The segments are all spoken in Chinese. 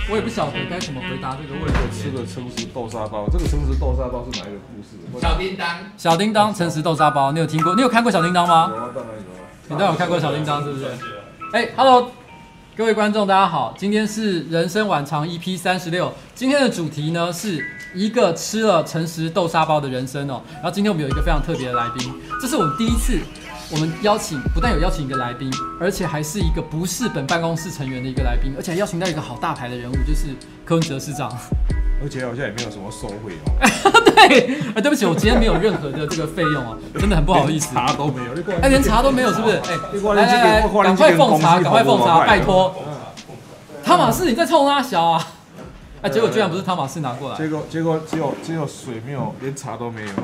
我也不晓得该怎么回答这个问题。 吃的诚实豆沙包，这个诚实豆沙包是哪一个故事？ 小叮当， 小叮当诚实豆沙包，你有听过？你有看过小叮当吗？ 有啊，当然有啊。 你当然有看过小叮当，是不是？Hello， 各位观众，大家好，今天是人生晚长 EP36，今天的主题呢是一个吃了诚实豆沙包的人生哦。然后今天我们有一个非常特别的来宾，这是我们第一次。我们不但有邀请一个来宾，而且还是一个不是本办公室成员的一个来宾，而且还邀请到一个好大牌的人物，就是柯文哲市长。 而且好像也没有什么收费哦。 对，对不起，我今天没有任何的这个费用哦，真的很不好意思。 茶都没有， 连茶都没有，是不是？ 来， 赶快奉茶，赶快奉茶，拜托。汤马士，你在冲他小啊？结果居然不是汤马士拿过来。 结果只有水没有，连茶都没有。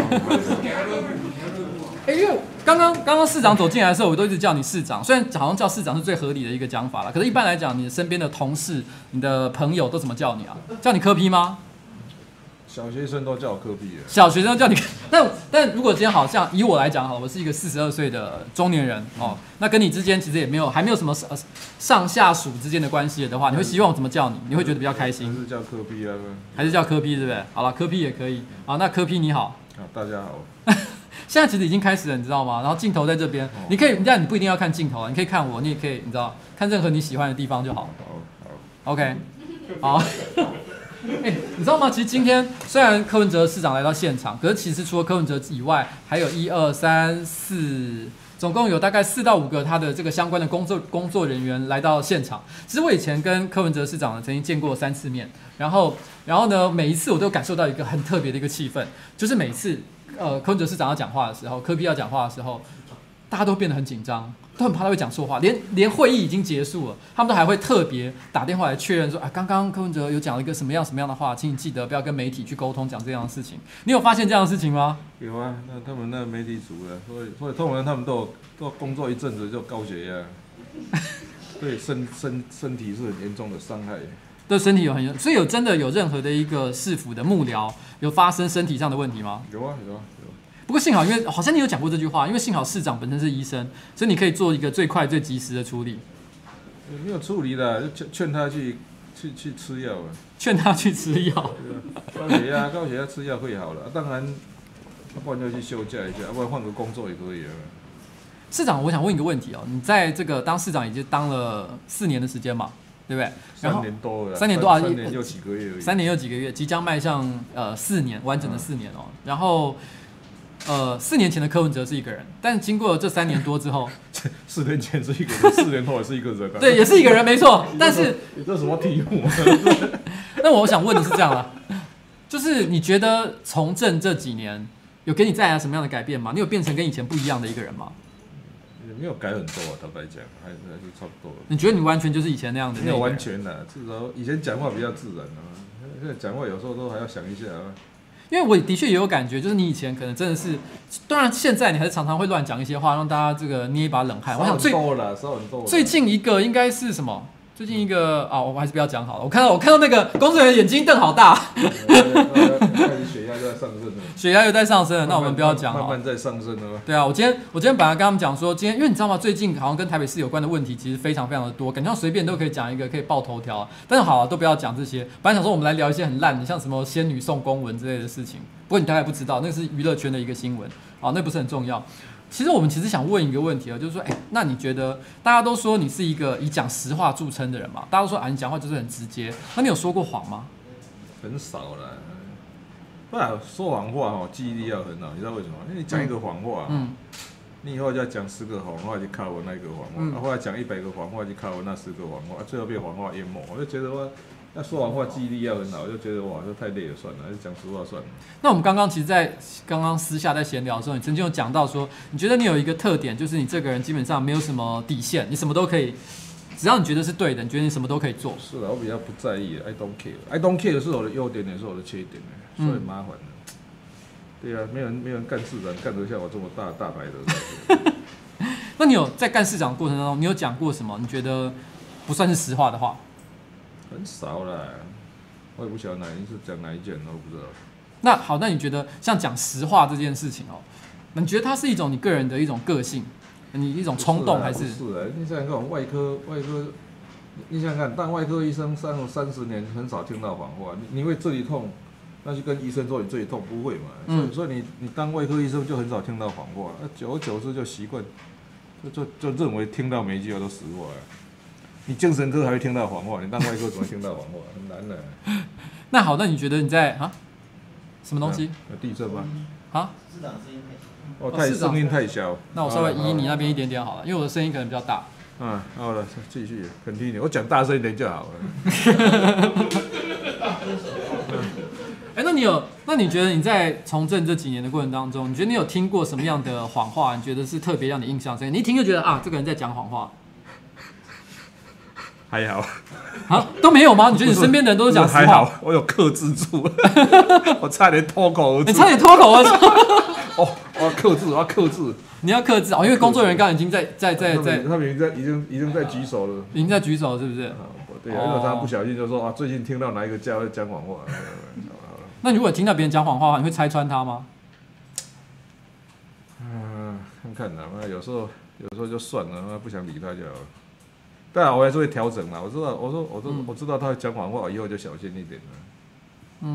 因为刚刚市长走进来的时候，我都一直叫你市长，虽然好像叫市长是最合理的一个讲法了，可是一般来讲，你身边的同事、你的朋友都怎么叫你啊？叫你柯 P 吗？ 小学生都叫我柯 P 了。 小学生叫你，但如果今天好像以我来讲，好，我是一个42岁的中年人哦，那跟你之间其实还没有什么上下属之间的关系的话，你会希望我怎么叫你？你会觉得比较开心？ 还是叫柯 P 啊？ 还是叫柯 P 对不对？好了，柯 P 也可以。好，那柯 P 你好。 大家好。 现在其实已经开始了，你知道吗？然后镜头在这边，你可以，但你不一定要看镜头啊，你可以看我，你也可以，你知道，看任何你喜欢的地方就好。好 ，OK， 好。你知道吗？其实今天虽然柯文哲市长来到现场，可是其实除了柯文哲以外，还有1、2、3、4，总共有大概4到5个他的这个相关的工作人员来到现场。其实我以前跟柯文哲市长曾经见过3次面，然后呢，每一次我都感受到一个很特别的一个气氛，就是每次柯文哲市长要讲话的时候，柯 P 要讲话的时候，大家都变得很紧张。都很怕他会讲错话，连会议已经结束了，他们都还会特别打电话来确认说，刚刚柯文哲有讲了一个什么样的话，请你记得不要跟媒体去沟通讲这样的事情。你有发现这样的事情吗？ 有啊，那他们那媒体组的，所以通常他们都工作一阵子就高血压，对身体是很严重的伤害。 对身体有很严重，所以真的有任何的一个市府的幕僚有发生身体上的问题吗？ 有啊。 不过幸好，因为好像你有讲过这句话，因为幸好市长本身是医生，所以你可以做一个最快最及时的处理。 没有处理的，就劝他去吃药了。 劝他去吃药。 高血压吃药会好了，当然，不然就去休假一下，不然换个工作也可以啊。 市长，我想问一个问题哦，你在这个当市长已经当了4年的时间嘛，对不对 ？3年多了。 3年多啊 ，3年又几个月而已。 3年又几个月，即将迈向4年，完整的4年哦。然后。4年前的柯文哲是一个人，但经过了这3年多之后 ，4年前是一个人，4年后也是一个人。 对，也是一个人，没错。但是这什么题目？ 那我想问的是这样啦，就是你觉得从政这几年有给你带来什么样的改变吗？你有变成跟以前不一样的一个人吗？ 也没有改很多啊，坦白讲，还是差不多。 你觉得你完全就是以前那样的？ 没有完全的，至少以前讲话比较自然啊，现在讲话有时候都还要想一下啊。 因为我的确也有感觉，就是你以前可能真的是，当然现在你还是常常会乱讲一些话，让大家这个捏一把冷汗。我想最近一个应该是什么？最近一个我还是不要讲好了。我看到那个工作人员眼睛瞪好大， 血压就在上升了。 血压又在上升了，那我们不要讲好了。 慢慢在上升了。 对啊，我今天本来跟他们讲说，因为你知道吗？最近好像跟台北市有关的问题其实非常非常的多，感觉随便都可以讲一个可以爆头条。但是好都不要讲这些。本来想说我们来聊一些很烂的，像什么仙女送公文之类的事情。不过你大概不知道，那是娱乐圈的一个新闻，那不是很重要。其实我们想问一个问题啊，就是说，那你觉得大家都说你是一个以讲实话著称的人嘛？大家都说你讲话就是很直接，那你有说过谎吗？ 很少啦。不然说谎话记忆力要很好，你知道为什么？因为你讲一个谎话，你以后就要讲10个谎话去靠我那个谎话，后来讲100个谎话去靠我那10个谎话，最后被谎话淹没。我就觉得那说谎话记忆力要很好，我就觉得这太累了，算了，还是讲实话算了。 那我们刚刚其实在私下在闲聊的时候，你曾经有讲到说，你觉得你有一个特点，就是你这个人基本上没有什么底线，你什么都可以，只要你觉得是对的，你觉得你什么都可以做。 是啊，我比较不在意 ，I don't care。I don't care 是我的优点，也是我的缺点，所以很麻烦的。对啊，没有人干市长干得像我这么大牌的。 那你有在干市长的过程当中，你有讲过什么你觉得不算是实话的话？ 很少啦，我也不晓得是讲哪一件，我不知道。 那好，那你觉得像讲实话这件事情你觉得它是一种你个人的一种个性，你一种冲动还是？ 不是啊，你想想看，外科你想想看，当外科医生上了30年，很少听到谎话。你会这里痛，那就跟医生说你这里痛，不会嘛？所以你当外科医生就很少听到谎话，久而久之就习惯，就认为听到每一句话都实话。你精神科还会听到谎话，你当外科怎么听到谎话？很难的。 那好，那你觉得你在什么东西？ 地震吗？ 市长声音太小。 声音太小。 那我稍微移你那边一点点好了，因为我的声音可能比较大。 好了，继续 continue， 我讲大声一点就好了。 那你觉得你在从政这几年的过程当中，你觉得你有听过什么样的谎话？你觉得是特别让你印象深刻？你一听就觉得这个人在讲谎话。 还好。 都没有吗？你觉得你身边的人都是讲实话？ 还好，我有克制住，我差点脱口而出。 你差点脱口而出。 我要克制。 你要克制因为工作人员刚刚已经在， 他们已经在举手了。 已经在举手是不是？ 对，因为他不小心就说最近听到哪一个家在讲谎话。 那如果听到别人讲谎话，你会拆穿他吗？ 看看啦，有时候就算了，不想理他就好了。当然我还是会调整啦，我知道他讲谎话，以后就小心一点了。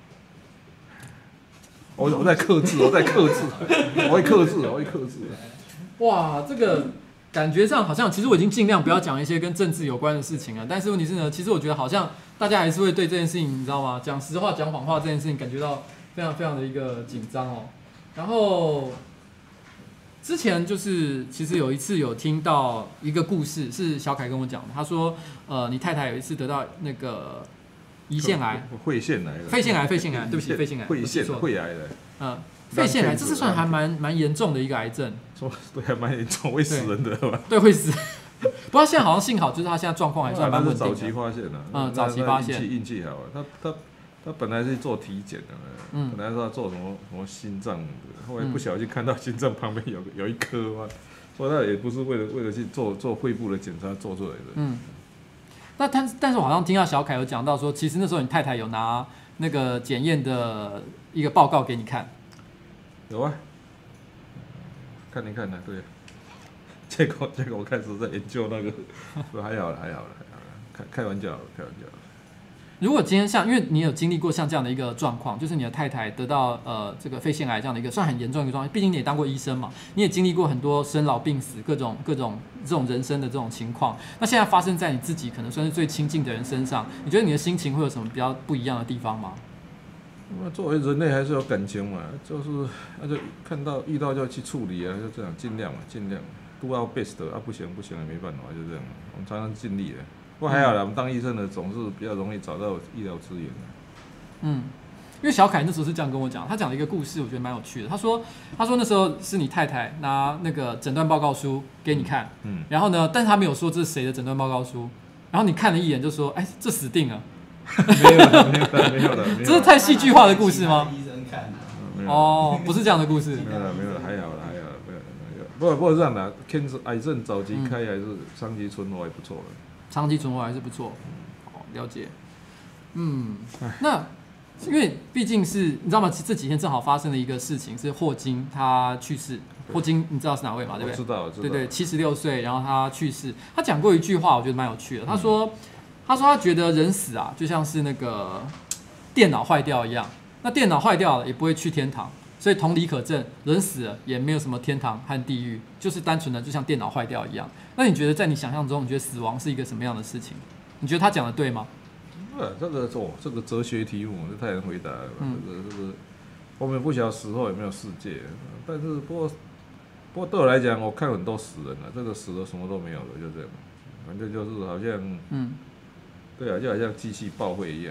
我在克制，我会克制。 哇，这个感觉上好像，其实我已经尽量不要讲一些跟政治有关的事情了。但是问题是呢，其实我觉得好像大家还是会对这件事情，你知道吗？讲实话、讲谎话这件事情，感觉到非常非常的一个紧张哦。然后之前就是其实有一次有听到一个故事，是小凯跟我讲的。他说，你太太有一次得到那个胰腺癌、 肺腺癌， 对不起，肺腺癌， 肺癌的， 肺腺癌这是算还蛮严重的一个癌症， 对，还蛮严重，会死人的吧？ 对，会死。不过现在好像幸好就是他现在状况还算蛮稳定的。 早期发现了， 早期发现， 运气好。他本来是做体检的，本来是要做什么心脏的，后来不小心看到心脏旁边有一颗嘛，所以他也不是为了去做肺部的检查做出来的。 那但是我好像听到小凯有讲到说，其实那时候你太太有拿那个检验的一个报告给你看。 有啊，看一看呢，对。结果我开始在研究那个，说还好了，开玩笑。 如果今天因为你有经历过像这样的一个状况，就是你的太太得到这个肺腺癌这样的一个算很严重的一个状况，毕竟你也当过医生嘛，你也经历过很多生老病死各种这种人生的这种情况。那现在发生在你自己可能算是最亲近的人身上，你觉得你的心情会有什么比较不一样的地方吗？ 那作为人类还是有感情嘛，就是就遇到就要去处理啊，就这样尽量 do our best 不行也没办法，就这样，我们常常尽力了。不过还好啦，我们当医生的总是比较容易找到医疗资源。 因为小凯那时候是这样跟我讲，他讲了一个故事，我觉得蛮有趣的。他说那时候是你太太拿那个诊断报告书给你看，然后呢，但是他没有说这是谁的诊断报告书，然后你看了一眼就说，这死定了。 没有了， 这是太戏剧化的故事吗？ 医生看不是这样的故事。 没有了，还好了。不过这样的，癌症早期开还是长期存活还不错了。 长期存活还是不错，了解。那因为毕竟是你知道吗？这几天正好发生了一个事情，是霍金他去世。霍金你知道是哪位吗？对不对？ 我知道。 对，76岁，然后他去世。他讲过一句话，我觉得蛮有趣的。他说他觉得人死啊，就像是那个电脑坏掉一样。那电脑坏掉了也不会去天堂。所以同理可证，人死了也没有什么天堂和地狱，就是单纯的就像电脑坏掉一样。那你觉得在你想象中，你觉得死亡是一个什么样的事情？你觉得他讲的对吗？ 这个哲学题目这太难回答了。这个我们不晓得死后有没有世界，但是不过对我来讲，我看很多死人了，这个死了什么都没有了，就这样，反正就是好像对啊，就好像机器报废一样。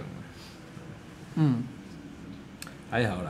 还好了。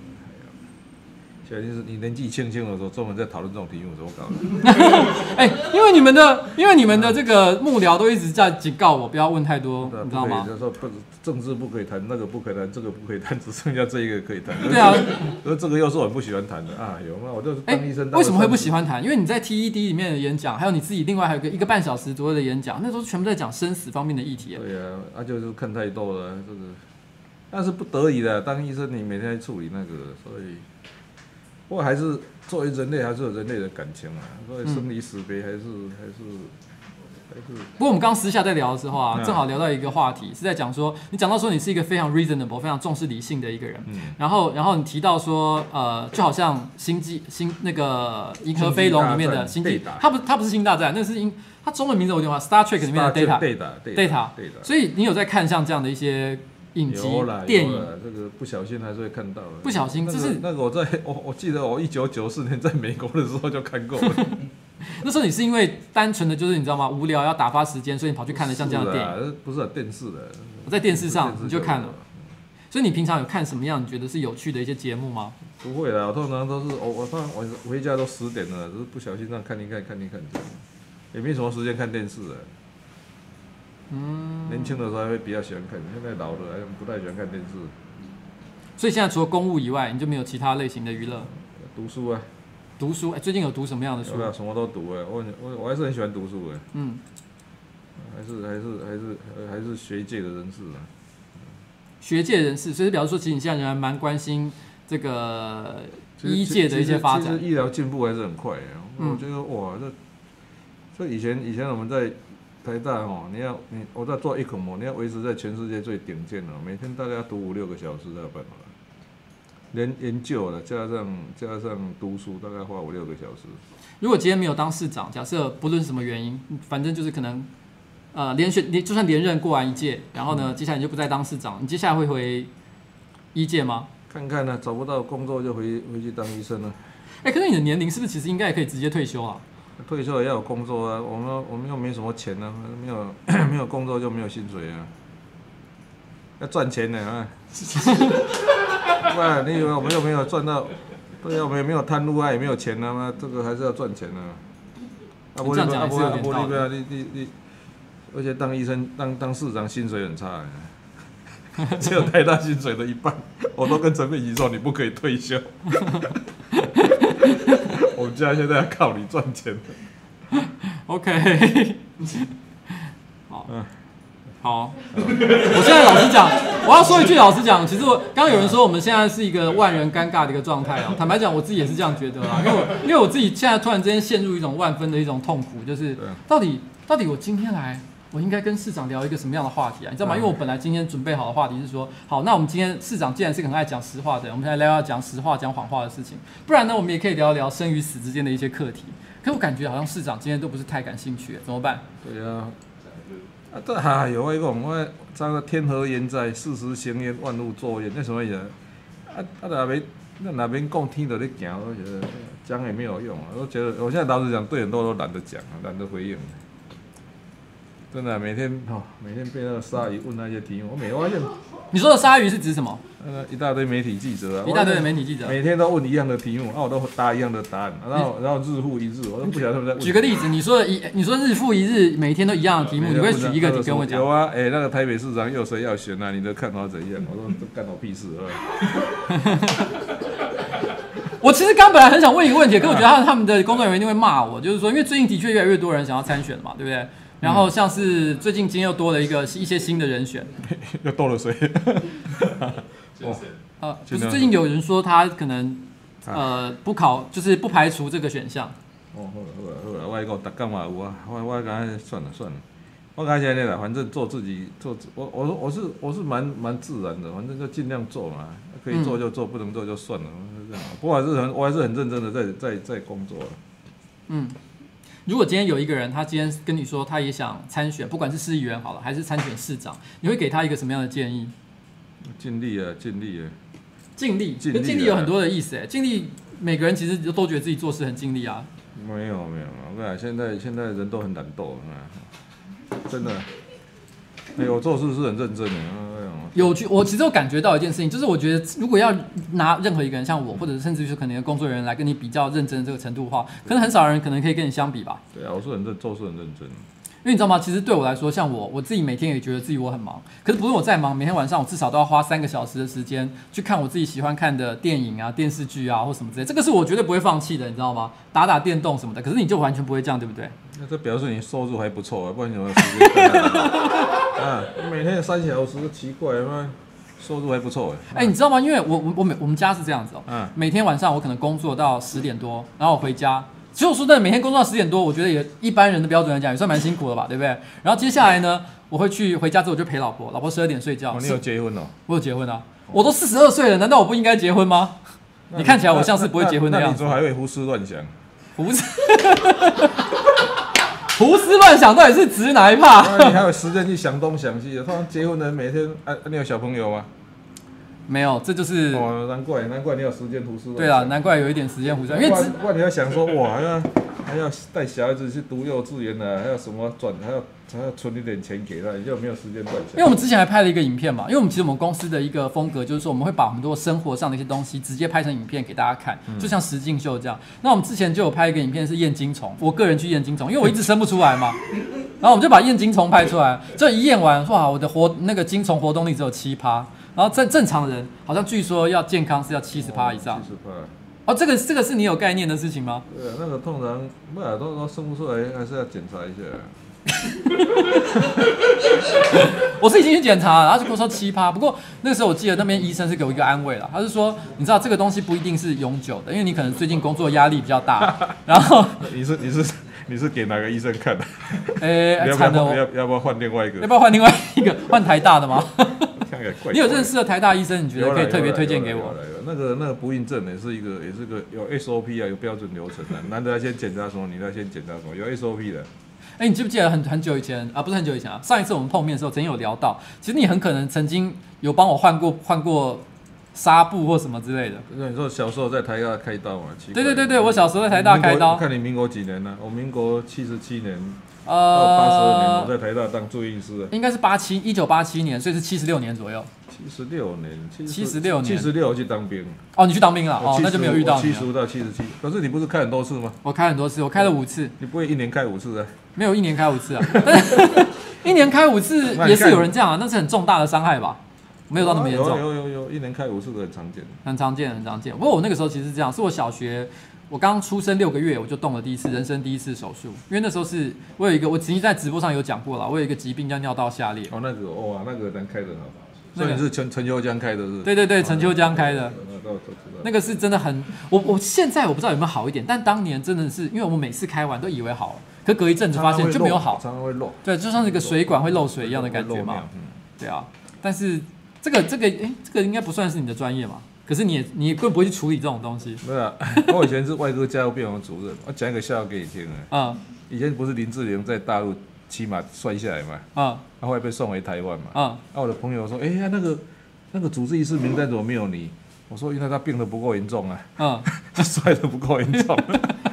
就是你年纪轻轻的时候，专门在讨论这种题目，怎么搞的？ 因为你们的这个幕僚都一直在警告我，不要问太多，你知道吗？ 就说政治不可以谈，那个不可以谈，这个不可以谈，只剩下这一个可以谈。 对啊， 而这个又是我不喜欢谈的啊，有吗？我就是当医生。 为什么会不喜欢谈？因为你在 TED 里面的演讲，还有你自己另外还有一个半小时左右的演讲，那时候全部在讲生死方面的议题。 对啊，就是看太多了，这个，但是不得已的，当医生你每天在处理那个，所以。不过还是作为人类，还是有人类的感情啊。所以生离死别还是不过我们刚私下在聊的时候啊，正好聊到一个话题，是在讲说，你讲到说你是一个非常 reasonable、非常重视理性的一个人，然后你提到说，就好像那个银河飞龙里面的星际，它不是星大战，那是它中文名字我有点忘 ，Star Trek 里面的 Data， 所以你有在看像这样的一些影集、电影， 这个不小心还是会看到的。 不小心，就是那个我记得我1994年在美国的时候就看过了。 那时候你是因为单纯的就是你知道吗？无聊要打发时间，所以你跑去看了像这样的电影。 不是电视的， 在电视上你就看了。所以你平常有看什么样你觉得是有趣的一些节目吗？ 不会啦，我通常都是我回家都10点了，只是不小心这样看一看，也没什么时间看电视了。年轻的时候还会比较喜欢看，现在老了还不太喜欢看电视。 所以现在除了公务以外，你就没有其他类型的娱乐？ 读书啊。 读书，最近有读什么样的书？ 什么都读哎，我还是很喜欢读书哎。还是学界的人士啊。 学界人士，所以表示说，其实你现在仍然蛮关心这个医界的一些发展。 其实医疗进步还是很快啊。我觉得哇，这以前我们在台大哦，我在做ECMO，你要维持在全世界最顶尖的，每天大概要读5-6个小时才有办法。连研究了，加上读书，大概花5-6个小时。 如果今天没有当市长，假设不论什么原因，反正就是可能，就算连任过完一届，然后呢，接下来你就不再当市长，你接下来会回医界吗？ 看看呢，找不到工作就回去当医生了。 可是你的年龄是不是其实应该也可以直接退休啊？ 退休也要有工作啊，我们又没什么钱啊，没有工作就没有薪水啊，要赚钱的啊。不然你以为我们又没有赚到？对啊，我们也没有贪污啊，也没有钱啊嘛，这个还是要赚钱啊。 这样讲也是有点道理。 你，而且当医生、当市长薪水很差，只有台大薪水的一半。我都跟陈佩琪说，你不可以退休。我们家现在要靠你赚钱。 OK， 好。好，我现在老实讲，我要说一句老实讲，其实刚刚有人说我们现在是一个万人尴尬的一个状态哦。坦白讲，我自己也是这样觉得啦，因为我自己现在突然之间陷入一种万分的一种痛苦，就是到底我今天来，我应该跟市长聊一个什么样的话题啊？你知道吗？因为我本来今天准备好的话题是说，好，那我们今天市长既然是个很爱讲实话的人，我们现在聊讲实话、讲谎话的事情，不然呢，我们也可以聊聊生与死之间的一些课题。可我感觉好像市长今天都不是太感兴趣，怎么办？ 对啊。有我讲，我这个天和言在，事实行焉，万物作焉，那什么意思？那边讲天就在行，我觉得讲也没有用啊。我觉得我现在老实讲，对很多都懒得讲，懒得回应。真的，每天被那个鲨鱼问那些题目，我每发现。 你说的鲨鱼是指什么？ 一大堆媒体记者啊， 一大堆的媒体记者， 每天都问一样的题目，我都答一样的答案，然后日复一日，我都不晓得他们在问。 举个例子，你说日复一日，每天都一样的题目，你会举一个你跟我讲？ 有啊，那个台北市长又谁要选啊？你的看法怎样？我说这干我屁事我其实刚本来很想问一个问题，可我觉得他们的工作人员一定会骂我，就是说，因为最近的确越来越多人想要参选嘛，对不对？然后像是最近今天又多了一些新的人选， 又多了谁？ 不是最近有人说他可能不考，就是不排除这个选项。 好了，我讲大家嘛有啊，我刚才算了，我刚才现在啦，反正做自己，我是蛮自然的，反正就尽量做嘛，可以做就做，不能做就算了，是这样。不过我还是很认真的在工作。 如果今天有一个人，他今天跟你说他也想参选，不管是市议员好了，还是参选市长，你会给他一个什么样的建议？ 尽力啊！尽力有很多的意思哎，尽力每个人其实都觉得自己做事很尽力啊。 没有，我跟你讲，现在人都很懒惰，真的。我做事是很认真的。 我其实有感觉到一件事情，就是我觉得如果要拿任何一个人像我，或者甚至是可能有工作人员来跟你比较认真的这个程度的话，可能很少人可能可以跟你相比吧。 对啊，我是做事很认真。 因为你知道吗？其实对我来说，像我自己每天也觉得自己我很忙，可是不论我再忙，每天晚上我至少都要花3个小时的时间去看我自己喜欢看的电影啊、电视剧啊或什么之类，这个是我绝对不会放弃的，你知道吗？打电动什么的，可是你就完全不会这样，对不对？ 那这表示你收入还不错啊，不然你有没有时间看？每天3小时，奇怪吗？收入还不错哎。 你知道吗？因为我们家是这样子每天晚上我可能工作到10点多，然后我回家。 其实我说真的，每天工作到10点多，我觉得也一般人的标准来讲也算蛮辛苦的吧，对不对？然后接下来呢，我会回家之后我就陪老婆，老婆12点睡觉。 你有结婚哦？ 我有结婚啊，我都42岁了，难道我不应该结婚吗？你看起来我像是不会结婚的样子。 那你怎么还会胡思乱想？ 胡思乱想到底是指哪一趴？ 你还有时间去想东想西的。通常结婚的人每天，你有小朋友吗？ 没有，这就是哦，难怪你有时间胡思乱想。 对啦，难怪有一点时间胡思乱想，因为不然你要想说，哇，还要带小孩子去读幼稚园呢，还要什么还要存一点钱给他，你就没有时间乱想。 因为我们之前还拍了一个影片嘛，因为我们公司的一个风格就是说，我们会把很多生活上的一些东西直接拍成影片给大家看，就像实境秀这样。那我们之前就有拍一个影片是验精虫，我个人去验精虫，因为我一直生不出来嘛，然后我们就把验精虫拍出来，这一验完，哇，我的那个精虫活动力只有7%，然后正常人好像据说要健康是要70%以上。70%。哦，这个是你有概念的事情吗？ 对啊，那个通常都生不出来，还是要检查一下。 我是已经去检查了，然后就跟我说7%。不过那个时候我记得那边医生是给我一个安慰啦，他是说你知道这个东西不一定是永久的，因为你可能最近工作压力比较大，然后你是给哪个医生看的？要不要换另外一个？ 要不要换另外一个？换台大的吗？ 怪你有认识的台大医生，你觉得可以特别推荐给我？ 那个不孕症也是个有 SOP 啊，有标准流程的。难得要先检查什么，你要先检查什么，有 SOP 的。 你记不记得很久以前啊？不是很久以前啊，上一次我们碰面的时候，曾经有聊到，其实你很可能曾经有帮我换过纱布或什么之类的。 你说小时候在台大开刀嘛？ 对，我小时候在台大开刀。 我看你民国几年呢？我民国77年。82年，我在台大当住院医师。 应该是1987年，所以是76年左右。 76我去当兵。 哦，你去当兵了？哦，那就没有遇到你。 75到77，可是你不是开很多次吗？ 我开很多次，我开了5次。 你不会1年开5次啊？ 没有1年开5次啊，但是1年开5次也是有人这样啊，那是很重大的伤害吧？没有到那么严重。 有1年开5次的很常见。 很常见。不过我那个时候其实是这样，是我小学。我刚出生6个月，我就动了人生第一次手术，因为那时候是我曾经在直播上有讲过了，我有一个疾病叫尿道下裂。 哦，那个能开得好。所以你是陈秋江开的是？ 对，陈秋江开的。那个是真的很，我现在我不知道有没有好一点，但当年真的是，因为我们每次开完都以为好了，可隔一阵子发现就没有好， 常常会漏。 对，就像是一个水管会漏水一样的感觉嘛。对啊，但是这个应该不算是你的专业嘛？可是你会不会去处理这种东西？ 没有，我以前是外科加护病房主任。我讲一个笑话给你听啊。以前不是林志玲在大陆骑马摔下来嘛？后来被送回台湾嘛？我的朋友说，那个主治医师名单怎么没有你？我说，因为他病得不够严重啊。他摔得不够严重。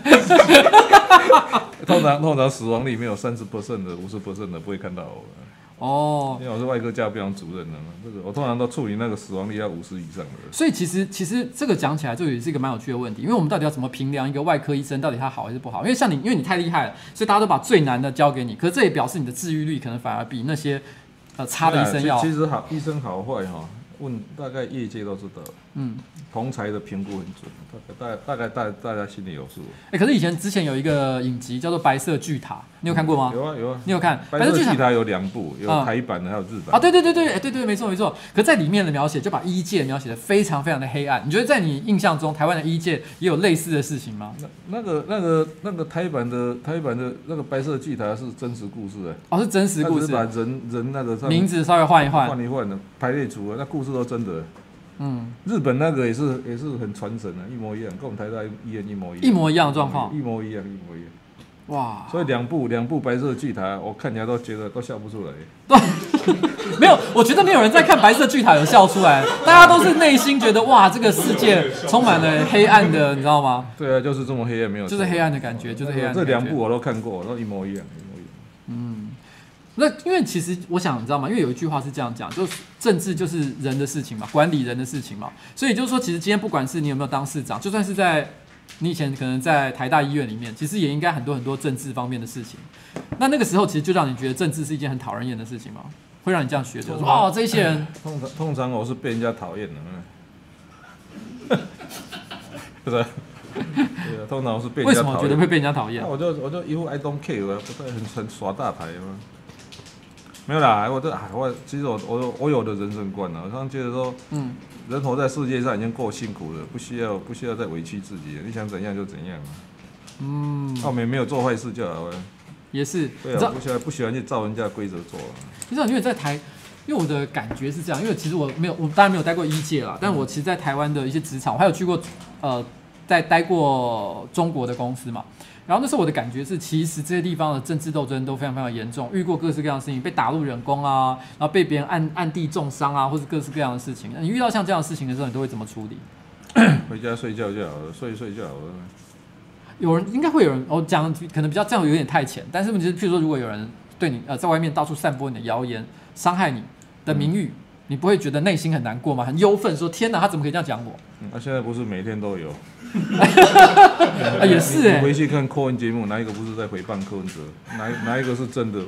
通常死亡率没有30%的、50%的不会看到我。因为我是外科加护病房主任的嘛，我通常都处理那个死亡率要50以上的。所以其实这个讲起来就也是一个蛮有趣的问题，因为我们到底要怎么评量一个外科医生到底他好还是不好？因为你太厉害了，所以大家都把最难的交给你，可是这也表示你的治愈率可能反而比那些差的医生要。 其实好医生好坏哈，问大概业界都知道。同才的评估很准，大概大家心里有数。 可是之前有一个影集叫做《白色巨塔》，你有看过吗？ 有啊。 你有看？ 白色巨塔有2部，有台版的还有日版。 对，没错。可在里面的描写就把医界描写的非常非常的黑暗。你觉得在你印象中，台湾的医界也有类似的事情吗？ 那个台版的那个白色巨塔是真实故事是真实故事。 只是把人那个名字稍微换一换的排列组合，那故事都真的。日本那个也是很传神的，一模一样，跟我们台大医院一模一样。 一模一样的状况。 一模一样。 哇！ 所以两部白色巨塔，我看起来都觉得都笑不出来。 对，没有，我觉得没有人在看白色巨塔有笑出来，大家都是内心觉得哇，这个世界充满了黑暗的，你知道吗？ 对啊，就是这么黑暗，没有。 就是黑暗的感觉，就是黑暗的感觉。 这2部我都看过，都一模一样。 那因为其实我想你知道吗？因为有一句话是这样讲，就是政治就是人的事情嘛，管理人的事情嘛。所以就是说，其实今天不管是你有没有当市长，就算是在你以前可能在台大医院里面，其实也应该很多政治方面的事情。那个时候其实就让你觉得政治是一件很讨人厌的事情吗？会让你这样觉得说这些人通常我是被人家讨厌的，不是？对啊，通常我是被人家讨厌。为什么觉得会被人家讨厌？ 我就一副 I don't care， 我很耍大牌嘛。没有啦，其实我有的人生观啊，我常常觉得说，人活在世界上已经够辛苦了，不需要再委屈自己了，你想怎样就怎样。 我们没有做坏事就好了。 也是， 对啊，不喜欢去照人家的规则做。 你知道，因为在因为我的感觉是这样，因为其实我当然没有待过医界啦，但我其实，在台湾的一些职场，我还有去过待过中国的公司嘛。然后那时候我的感觉是，其实这些地方的政治斗争都非常非常严重，遇过各式各样的事情，被打入人工啊，然后被别人暗地重伤啊，或是各式各样的事情。你遇到像这样的事情的时候，你都会怎么处理？ 回家睡觉就好了，睡就好了。 应该会有人，我讲可能比较这样有点太浅，但是问题是，譬如说，如果有人对你在外面到处散播你的谣言，伤害你的名誉，你不会觉得内心很难过吗？很忧愤，说天哪，他怎么可以这样讲我？ 现在不是每天都有。 也是你回去看柯文节目，哪一个不是在诽谤柯文哲？哪一个是真的？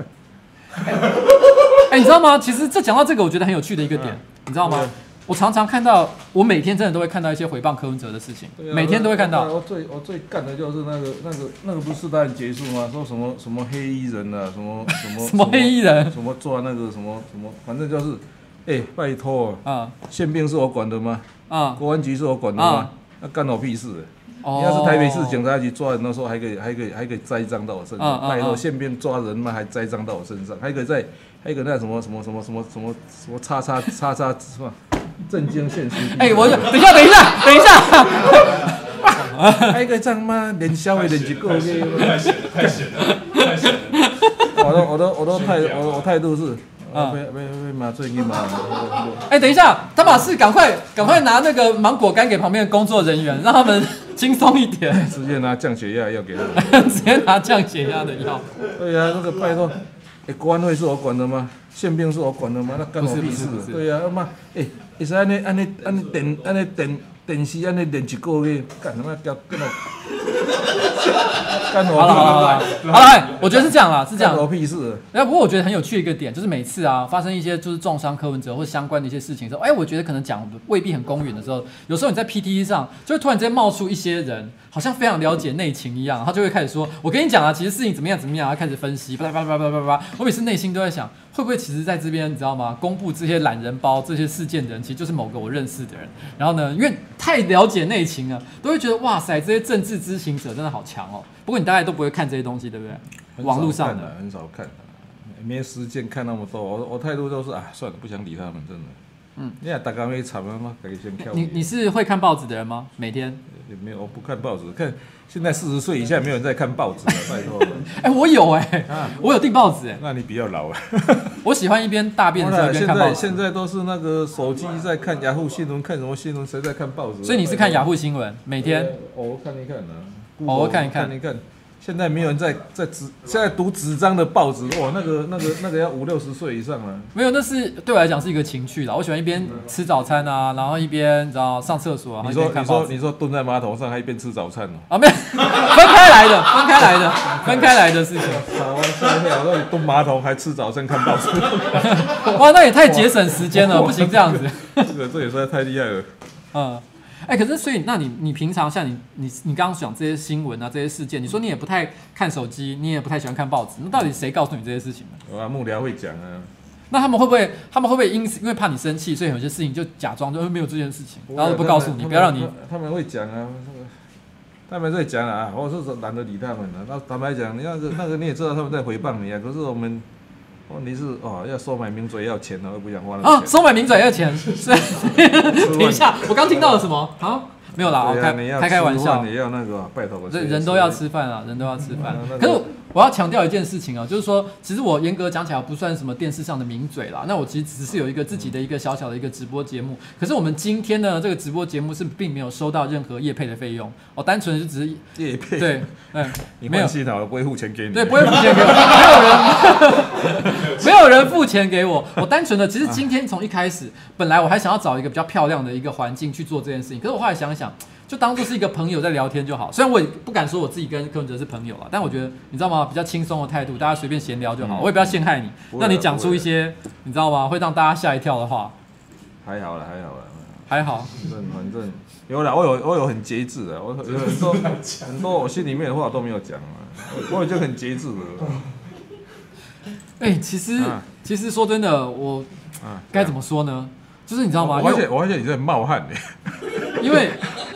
你知道吗？其实讲到这个，我觉得很有趣的一个点，你知道吗？我常常看到，我每天真的都会看到一些诽谤柯文哲的事情，每天都会看到。 我最干的就是那个不是大案结束吗？说什么黑衣人啊，什么黑衣人， 什么抓那个什么，反正就是，拜托啊，宪兵是我管的吗？国安局是我管的吗？那干我屁事！你要是台北市警察局抓人的时候，还可以栽赃到我身上。拜托，宪兵抓人嘛，还栽赃到我身上，还可以那什么叉是吧？震惊现实。 我等一下， 还可以这样吗？连消费连一个月。 太险了。 我态度是。被麻醉给麻。 等一下，汤马士，赶快拿那个芒果干给旁边的工作人员，让他们轻松一点。 直接拿降血压药给他们。 直接拿降血压的药。 对呀，那个拜托，国安会是我管的吗？宪兵是我管的吗？那干我屁事！对呀，妈，会使安尼电视安尼练一个月，干他妈叫干我。 好了，我觉得是这样啦，是这样。 干我屁事！ 不过我觉得很有趣的一个点，就是每次发生一些就是重伤柯文哲或相关的一些事情的时候，我觉得可能讲未必很公允的时候，有时候你在 PTT 上就会突然之间冒出一些人，好像非常了解内情一样，他就会开始说：“我跟你讲啊，其实事情怎么样，他开始分析，巴拉巴拉巴拉巴拉。我每次内心都在想，会不会其实在这边你知道吗？公布这些懒人包、这些事件的人，其实就是某个我认识的人。然后呢，因为太了解内情了，都会觉得哇塞，这些政治知情者真的好强哦。不过你大概都不会看这些东西，对不对？网络上的很少看，没时间看那么多。我态度就是算了，不想理他们，真的。你看大家没吵吗？可以先跳。 你是会看报纸的人吗？每天？ 也没有，我不看报纸。现在40岁以下没有人在看报纸了，拜托。 我有我有订报纸那你比较老了。 我喜欢一边大便的时候一边看报纸。 现在都是那个手机在看雅虎新闻，看什么新闻？谁在看报纸？ 所以你是看雅虎新闻，每天？ 偶尔看一看偶尔看一看。 现在没有人在现在读纸张的报纸，哇，那个要50-60岁以上了。 没有，那是对我来讲是一个情趣啦。我喜欢一边吃早餐啊，然后一边你知道上厕所啊。 你说蹲在马桶上还一边吃早餐哦？ 没有，分开来的事情。 我吓一跳，我说你蹲马桶还吃早餐看报纸。 哇，那也太节省时间了，不行这样子。 这也实在太厉害了。 可是所以那你平常像你刚刚讲这些新闻啊这些事件，你说你也不太看手机，你也不太喜欢看报纸，那到底谁告诉你这些事情呢？ 幕僚会讲啊。 那他们会不会因为怕你生气，所以有些事情就假装就没有这件事情，然后就不告诉你，不要让你。 他们会讲啊，他们在讲啊，我是懒得理他们了。那坦白讲，那个你也知道他们在诽谤你啊，可是我们。问题是要收买名嘴要钱我不想花那个钱。收买名嘴要钱，等一下，我刚听到了什么？没有啦，开玩笑。你要那个拜托。 人都要吃饭啊，人都要吃饭。可是我要强调一件事情就是说，其实我严格讲起来不算什么电视上的名嘴啦。那我其实只是有一个自己的一个小小的一个直播节目。可是我们今天呢，这个直播节目是并没有收到任何业配的费用，单纯就只是业配。 对， 你放心好了，不会付钱给你。 对，不会付钱给我，没有人付钱给我。我单纯的，其实今天从一开始，本来我还想要找一个比较漂亮的一个环境去做这件事情，可是我后来想一想。就当作是一个朋友在聊天就好，虽然我也不敢说我自己跟柯文哲是朋友啦，但我觉得你知道吗？比较轻松的态度，大家随便闲聊就好，我也不要陷害你，让你讲出一些你知道吗？会让大家吓一跳的话。 还好。反正有啦，我有很节制的，我有很多我心里面的话都没有讲我已经很节制了。 其实说真的，我该怎么说呢？就是你知道吗？ 我发现你在冒汗因为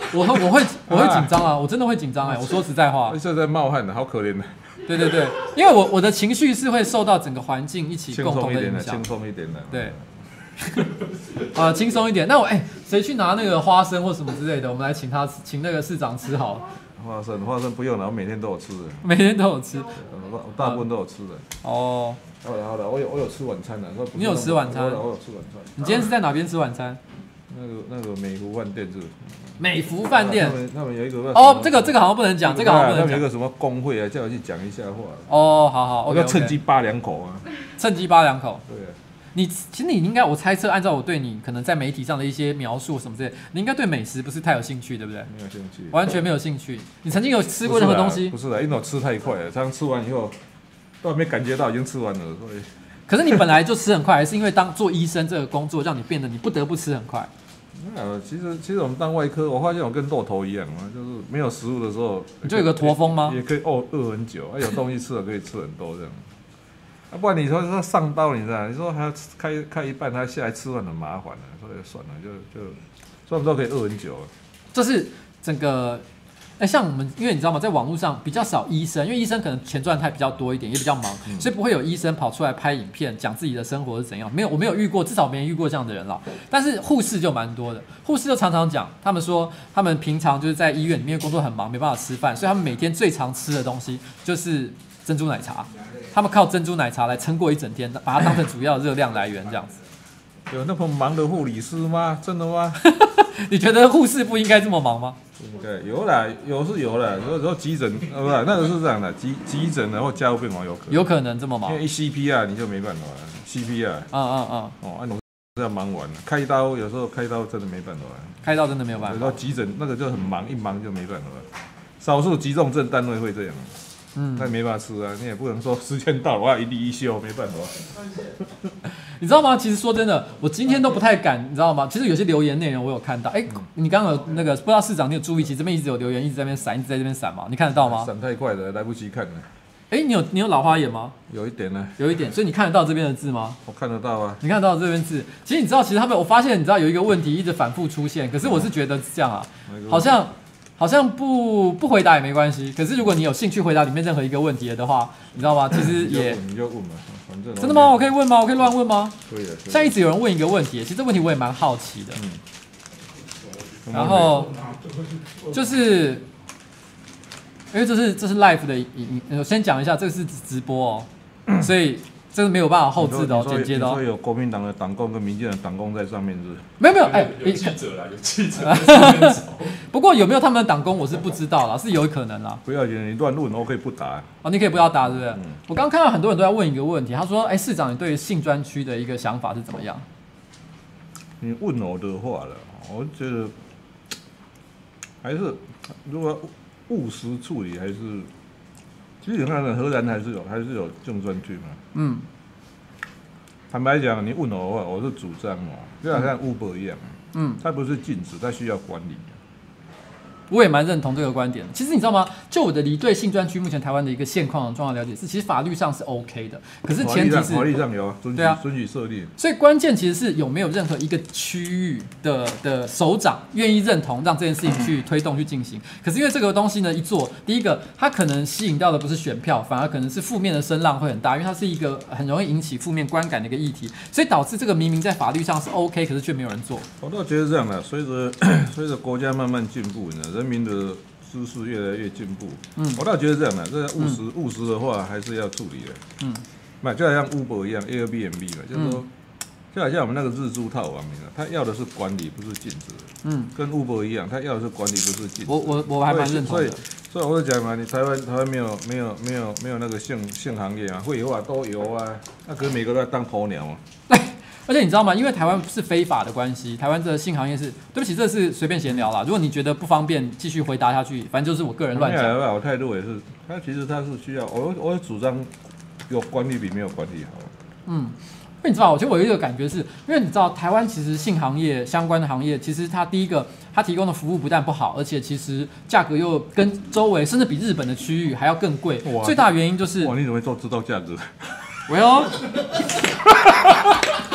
我会紧张啊，我真的会紧张哎，我说实在话。 现在冒汗了，好可怜的。 对对对，因为我的情绪是会受到整个环境一起共同的影响。 轻松一点的。 对。轻松一点。那谁去拿那个花生或什么之类的，我们来请那个市长吃好了。 花生不用了，我每天都有吃的。 每天都有吃。 大部分都有吃的。 哦。 好了，我有吃晚餐的。 你有吃晚餐？ 我有吃晚餐。 你今天是在哪边吃晚餐？ 那个美福饭店是。 美福饭店。 他们有一个这个好像不能讲，这个好像不能讲。 他们有一个什么工会啊，叫我去讲一下话。 好， 我要趁机扒两口啊。 趁机扒两口。 对。 其实你应该，我猜测，按照我对你可能在媒体上的一些描述什么之类，你应该对美食不是太有兴趣，对不对？ 没有兴趣。 完全没有兴趣。你曾经有吃过任何东西？ 不是的，因为我吃太快了，常常吃完以后都还没感觉到已经吃完了，所以。 可是你本来就吃很快，还是因为做医生这个工作让你变得你不得不吃很快？ 其实我们当外科，我发现我跟骆驼一样嘛，就是没有食物的时候， 你就有个驼峰吗？ 也可以饿很久，有东西吃了可以吃很多这样。不然你说上刀，你知道？你说还要开一半，他下来吃饭很麻烦的，所以算了，就所以我们都可以饿很久。 这是整个。像我们，因为你知道吗，在网络上比较少医生，因为医生可能钱赚太比较多一点，也比较忙，所以不会有医生跑出来拍影片讲自己的生活是怎样。我没有遇过，至少没人遇过这样的人了。但是护士就蛮多的，护士就常常讲，他们说他们平常就是在医院里面工作很忙，没办法吃饭，所以他们每天最常吃的东西就是珍珠奶茶。他们靠珍珠奶茶来撑过一整天，把它当成主要的热量来源这样子。 有那么忙的护理师吗？真的吗？ 你觉得护士不应该这么忙吗？ 应该有啦，有啦。有时候急诊，不是那个是这样的，急诊然后加护病房有可能这么忙， 因为CPR 你就没办法了 ，CPR。按种这样忙完了，开刀有时候开刀真的没办法， 开刀真的没有办法。 有时候急诊那个就很忙，一忙就没办法了。少数急重症单位会这样。那没办法吃啊，你也不能说时间到了我要一例一休，没办法。 你知道吗？其实说真的，我今天都不太敢，你知道吗？其实有些留言内容我有看到，你刚刚有那个不知道市长你有注意，其实这边一直有留言一直在那边闪，一直在这边闪吗？你看得到吗？ 闪太快了，来不及看了。 你有老花眼吗？ 有一点呢， 有一点，所以你看得到这边的字吗？ 我看得到啊。 你看得到这边字？其实你知道，我发现你知道有一个问题一直反复出现，可是我是觉得是这样啊，好像不回答也没关系。可是如果你有兴趣回答里面任何一个问题的话，你知道吗？其实也你就问嘛，反正。 真的吗？我可以问吗？我可以乱问吗？ 可以。 现在一直有人问一个问题，其实这问题我也蛮好奇的。然后就是因为这是 live 的我先讲一下，这个是直播哦，所以这是没有办法后置的剪接的哦。 所以有国民党的党工跟民进党的党工在上面是？ 没有， 有记者啦，有记者。 不过有没有他们的党工我是不知道啦，是有可能啦。 不要紧，你乱问我可以不答。 你可以不要答，对不对？我刚刚看到很多人都在问一个问题，他说：“市长，你对于性专区的一个想法是怎么样？” 你问我的话了，我觉得还是如果务实处理，还是其实你看荷兰还是有性专区嘛。坦白讲，你问我的话，我是主张就好像 Uber 一样，它不是禁止，它需要管理。 我也蛮认同这个观点。其实你知道吗？就我的对性专区目前台湾的一个现况的状况了解是，其实法律上是 OK 的，可是前提是法律上有准许设立。 所以关键其实是有没有任何一个区域的首长愿意认同让这件事情去推动去进行。可是因为这个东西呢一做，第一个它可能吸引到的不是选票，反而可能是负面的声浪会很大，因为它是一个很容易引起负面观感的一个议题，所以导致这个明明在法律上是 OK， 可是却没有人做。 我倒觉得这样的，随着国家慢慢进步呢。人民的知识越来越进步，我倒觉得这样的，这务实的话还是要处理的，就好像 Uber 一样 ，Airbnb 嘛，就是说，就好像我们那个日租套房一样，他要的是管理，不是禁止，跟 Uber 一样，他要的是管理，不是禁止。 我还蛮认同的。 所以我就讲嘛，你台湾没有那个性行业啊，废话都有啊，那可是每个都在当鸵鸟啊。 而且你知道吗？因为台湾是非法的关系，台湾这个性行业是，对不起，这是随便闲聊啦。如果你觉得不方便继续回答下去，反正就是我个人乱讲。 我态度也是，其实他是需要，我主张有管理比没有管理好。 因为你知道，其实我有一个感觉是，因为你知道台湾其实性行业相关的行业，其实它第一个它提供的服务不但不好，而且其实价格又跟周围甚至比日本的区域还要更贵。最大的原因就是， 你怎么会知道价格？ 喂哦。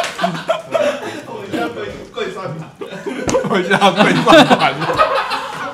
跪算盘， 回家跪算盘。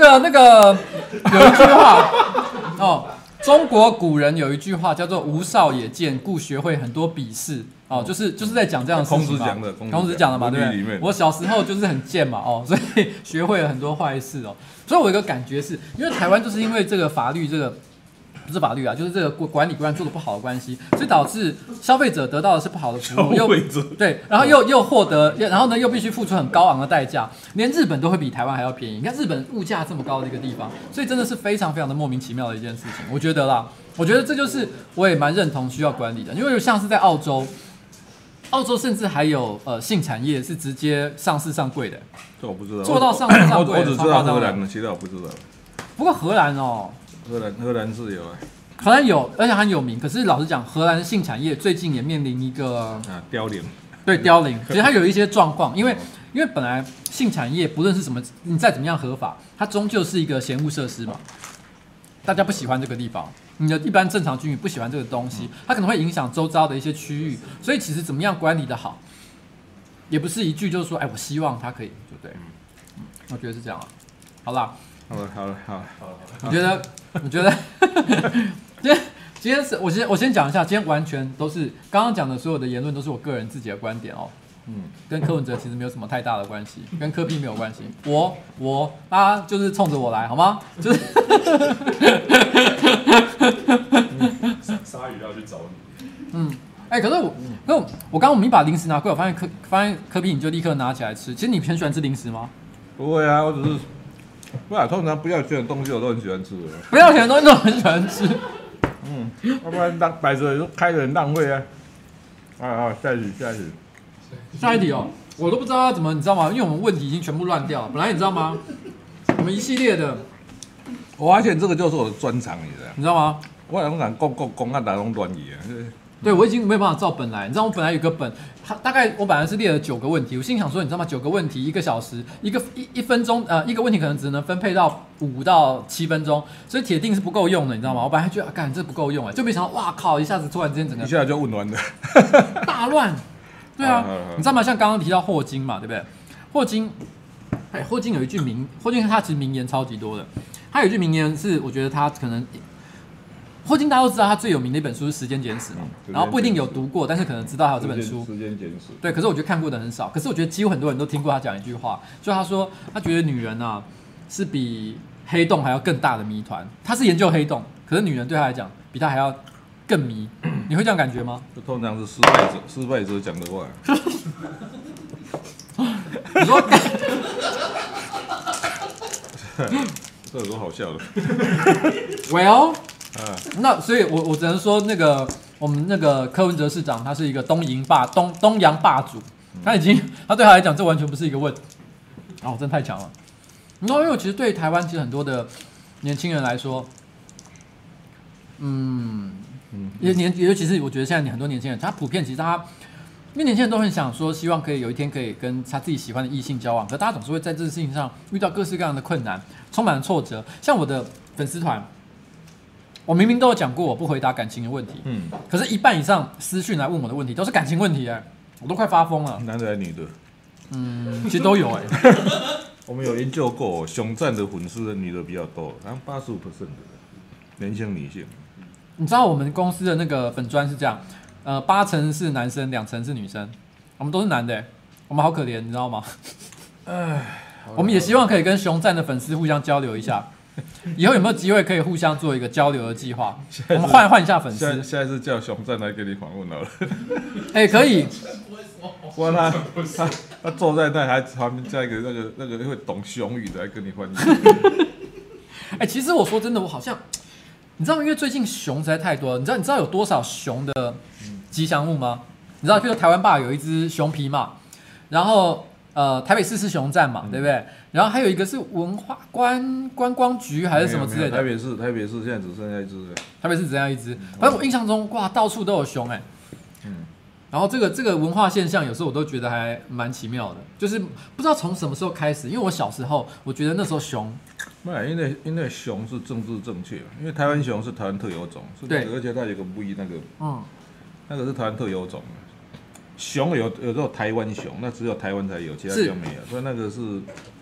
那个有一句话哦，中国古人有一句话叫做“吾少也贱，故学会很多鄙视”。哦，就是在讲这样的事情嘛。孔子讲的嘛，对不对？我小时候就是很贱嘛，哦，所以学会了很多坏事哦。所以我有一个感觉是，因为台湾就是因为这个法律不是法律啊，就是这个管理做的不好的关系，所以导致消费者得到的是不好的服务，对，然后又获得，然后呢又必须付出很高昂的代价，连日本都会比台湾还要便宜。你看日本物价这么高的一个地方，所以真的是非常非常的莫名其妙的一件事情。我觉得啦，我觉得这就是我也蛮认同需要管理的，因为像是在澳洲甚至还有性产业是直接上市上柜的， 这我不知道， 做到上市上柜， 我只知道荷兰的，其他我不知道。 不过荷兰哦。 荷兰是有啊， 荷兰有，而且很有名。可是老实讲，荷兰的性产业最近也面临一个凋零。 对，凋零。其实它有一些状况，因为本来性产业不论是什么，你再怎么样合法，它终究是一个嫌恶设施嘛。大家不喜欢这个地方，你的一般正常居民不喜欢这个东西，它可能会影响周遭的一些区域。所以其实怎么样管理的好，也不是一句就是说，哎，我希望它可以，对不对？我觉得是这样啊。好啦。 好了。 我觉得今天是我先讲一下，今天完全都是刚刚讲的所有的言论都是我个人自己的观点哦，跟柯文哲其实没有什么太大的关系，跟柯 P 没有关系，大家就是冲着我来好吗？就是鲨鱼要去找你。 可是我刚刚你把零食拿过来，我发现柯 P 你就立刻拿起来吃。其实你很喜欢吃零食吗？ 不会啊，我只是。通常不要钱的东西我都很喜欢吃的。 不要钱的东西都很喜欢吃。 要不然摆着开得很浪费啊。 下一题哦，我都不知道要怎么，你知道吗？因为我们问题已经全部乱掉了。本来你知道吗？我们一系列的， 我发现这个就是我的专长，你知道吗？我通常讲啊，大拢乱语啊。 对，我已经没有办法照本来。你知道我本来有个本，大概我本来是列了9个问题，我心想说，你知道吗？9个问题，1个小时，一分钟，一个问题可能只能分配到5到7分钟，所以铁定是不够用的，你知道吗？我本来觉得，干这不够用就没想到，哇靠，一下子突然之间整个一下就问完了， 大乱。对啊，你知道吗？像刚刚提到霍金嘛，对不对？霍金有一句霍金他其实名言超级多的，他有一句名言是，我觉得他可能。霍金大家都知道，他最有名的一本书是《时间简史》嘛，然后不一定有读过，但是可能知道还有这本书。 时间简史。 对，可是我觉得看过的很少。可是我觉得几乎很多人都听过他讲一句话，就他说他觉得女人啊是比黑洞还要更大的谜团。他是研究黑洞，可是女人对他来讲比他还要更迷。你会这样感觉吗？ 这通常是失败者讲的话。 你说， 这有多好笑的 ？Well。那所以我只能说，我们那个柯文哲市长，他是一个东洋霸主，他对他来讲，这完全不是一个问题。真的太强了。因为其实对台湾其实很多的年轻人来说，尤其是我觉得现在很多年轻人，他普遍其实因为年轻人都很想说，希望可以有一天可以跟他自己喜欢的异性交往，可大家总是会在这个事情上遇到各式各样的困难，充满了挫折。像我的粉丝团。我明明都有讲过，我不回答感情的问题，可是1半以上私讯来问我的问题都是感情问题我都快发疯了。 男的还是女的？ 其实都有我们有研究过，熊赞的粉丝的女的比较多，好像85%的年轻女性。 你知道我们公司的那个粉专是这样，8成是男生，2成是女生，我们都是男的我们好可怜，你知道吗？我们也希望可以跟熊赞的粉丝互相交流一下。以后有没有机会可以互相做一个交流的计划？我们换一下粉丝。 下一次叫熊赞来给你访问好了。 可以。 不然他坐在那，还旁边加一个那个会懂熊语的来跟你翻译。 其实我说真的，我好像你知道，因为最近熊实在太多了。你知道有多少熊的吉祥物吗？你知道，比如说台湾爸有一只熊皮嘛，然后台北市是熊站嘛，对不对？然后还有一个是文化观光局还是什么之类的。 台北市现在只剩下一只了。 台北市只剩下一只，反正我印象中，哇，到处都有熊然后这个文化现象，有时候我都觉得还蛮奇妙的，就是不知道从什么时候开始，因为我小时候，我觉得那时候熊， 因为熊是政治正确，因为台湾熊是台湾特有种，对，而且它有个不一那个是台湾特有种。熊有时候台湾熊，那只有台湾才有，其他地方没有，所以那个是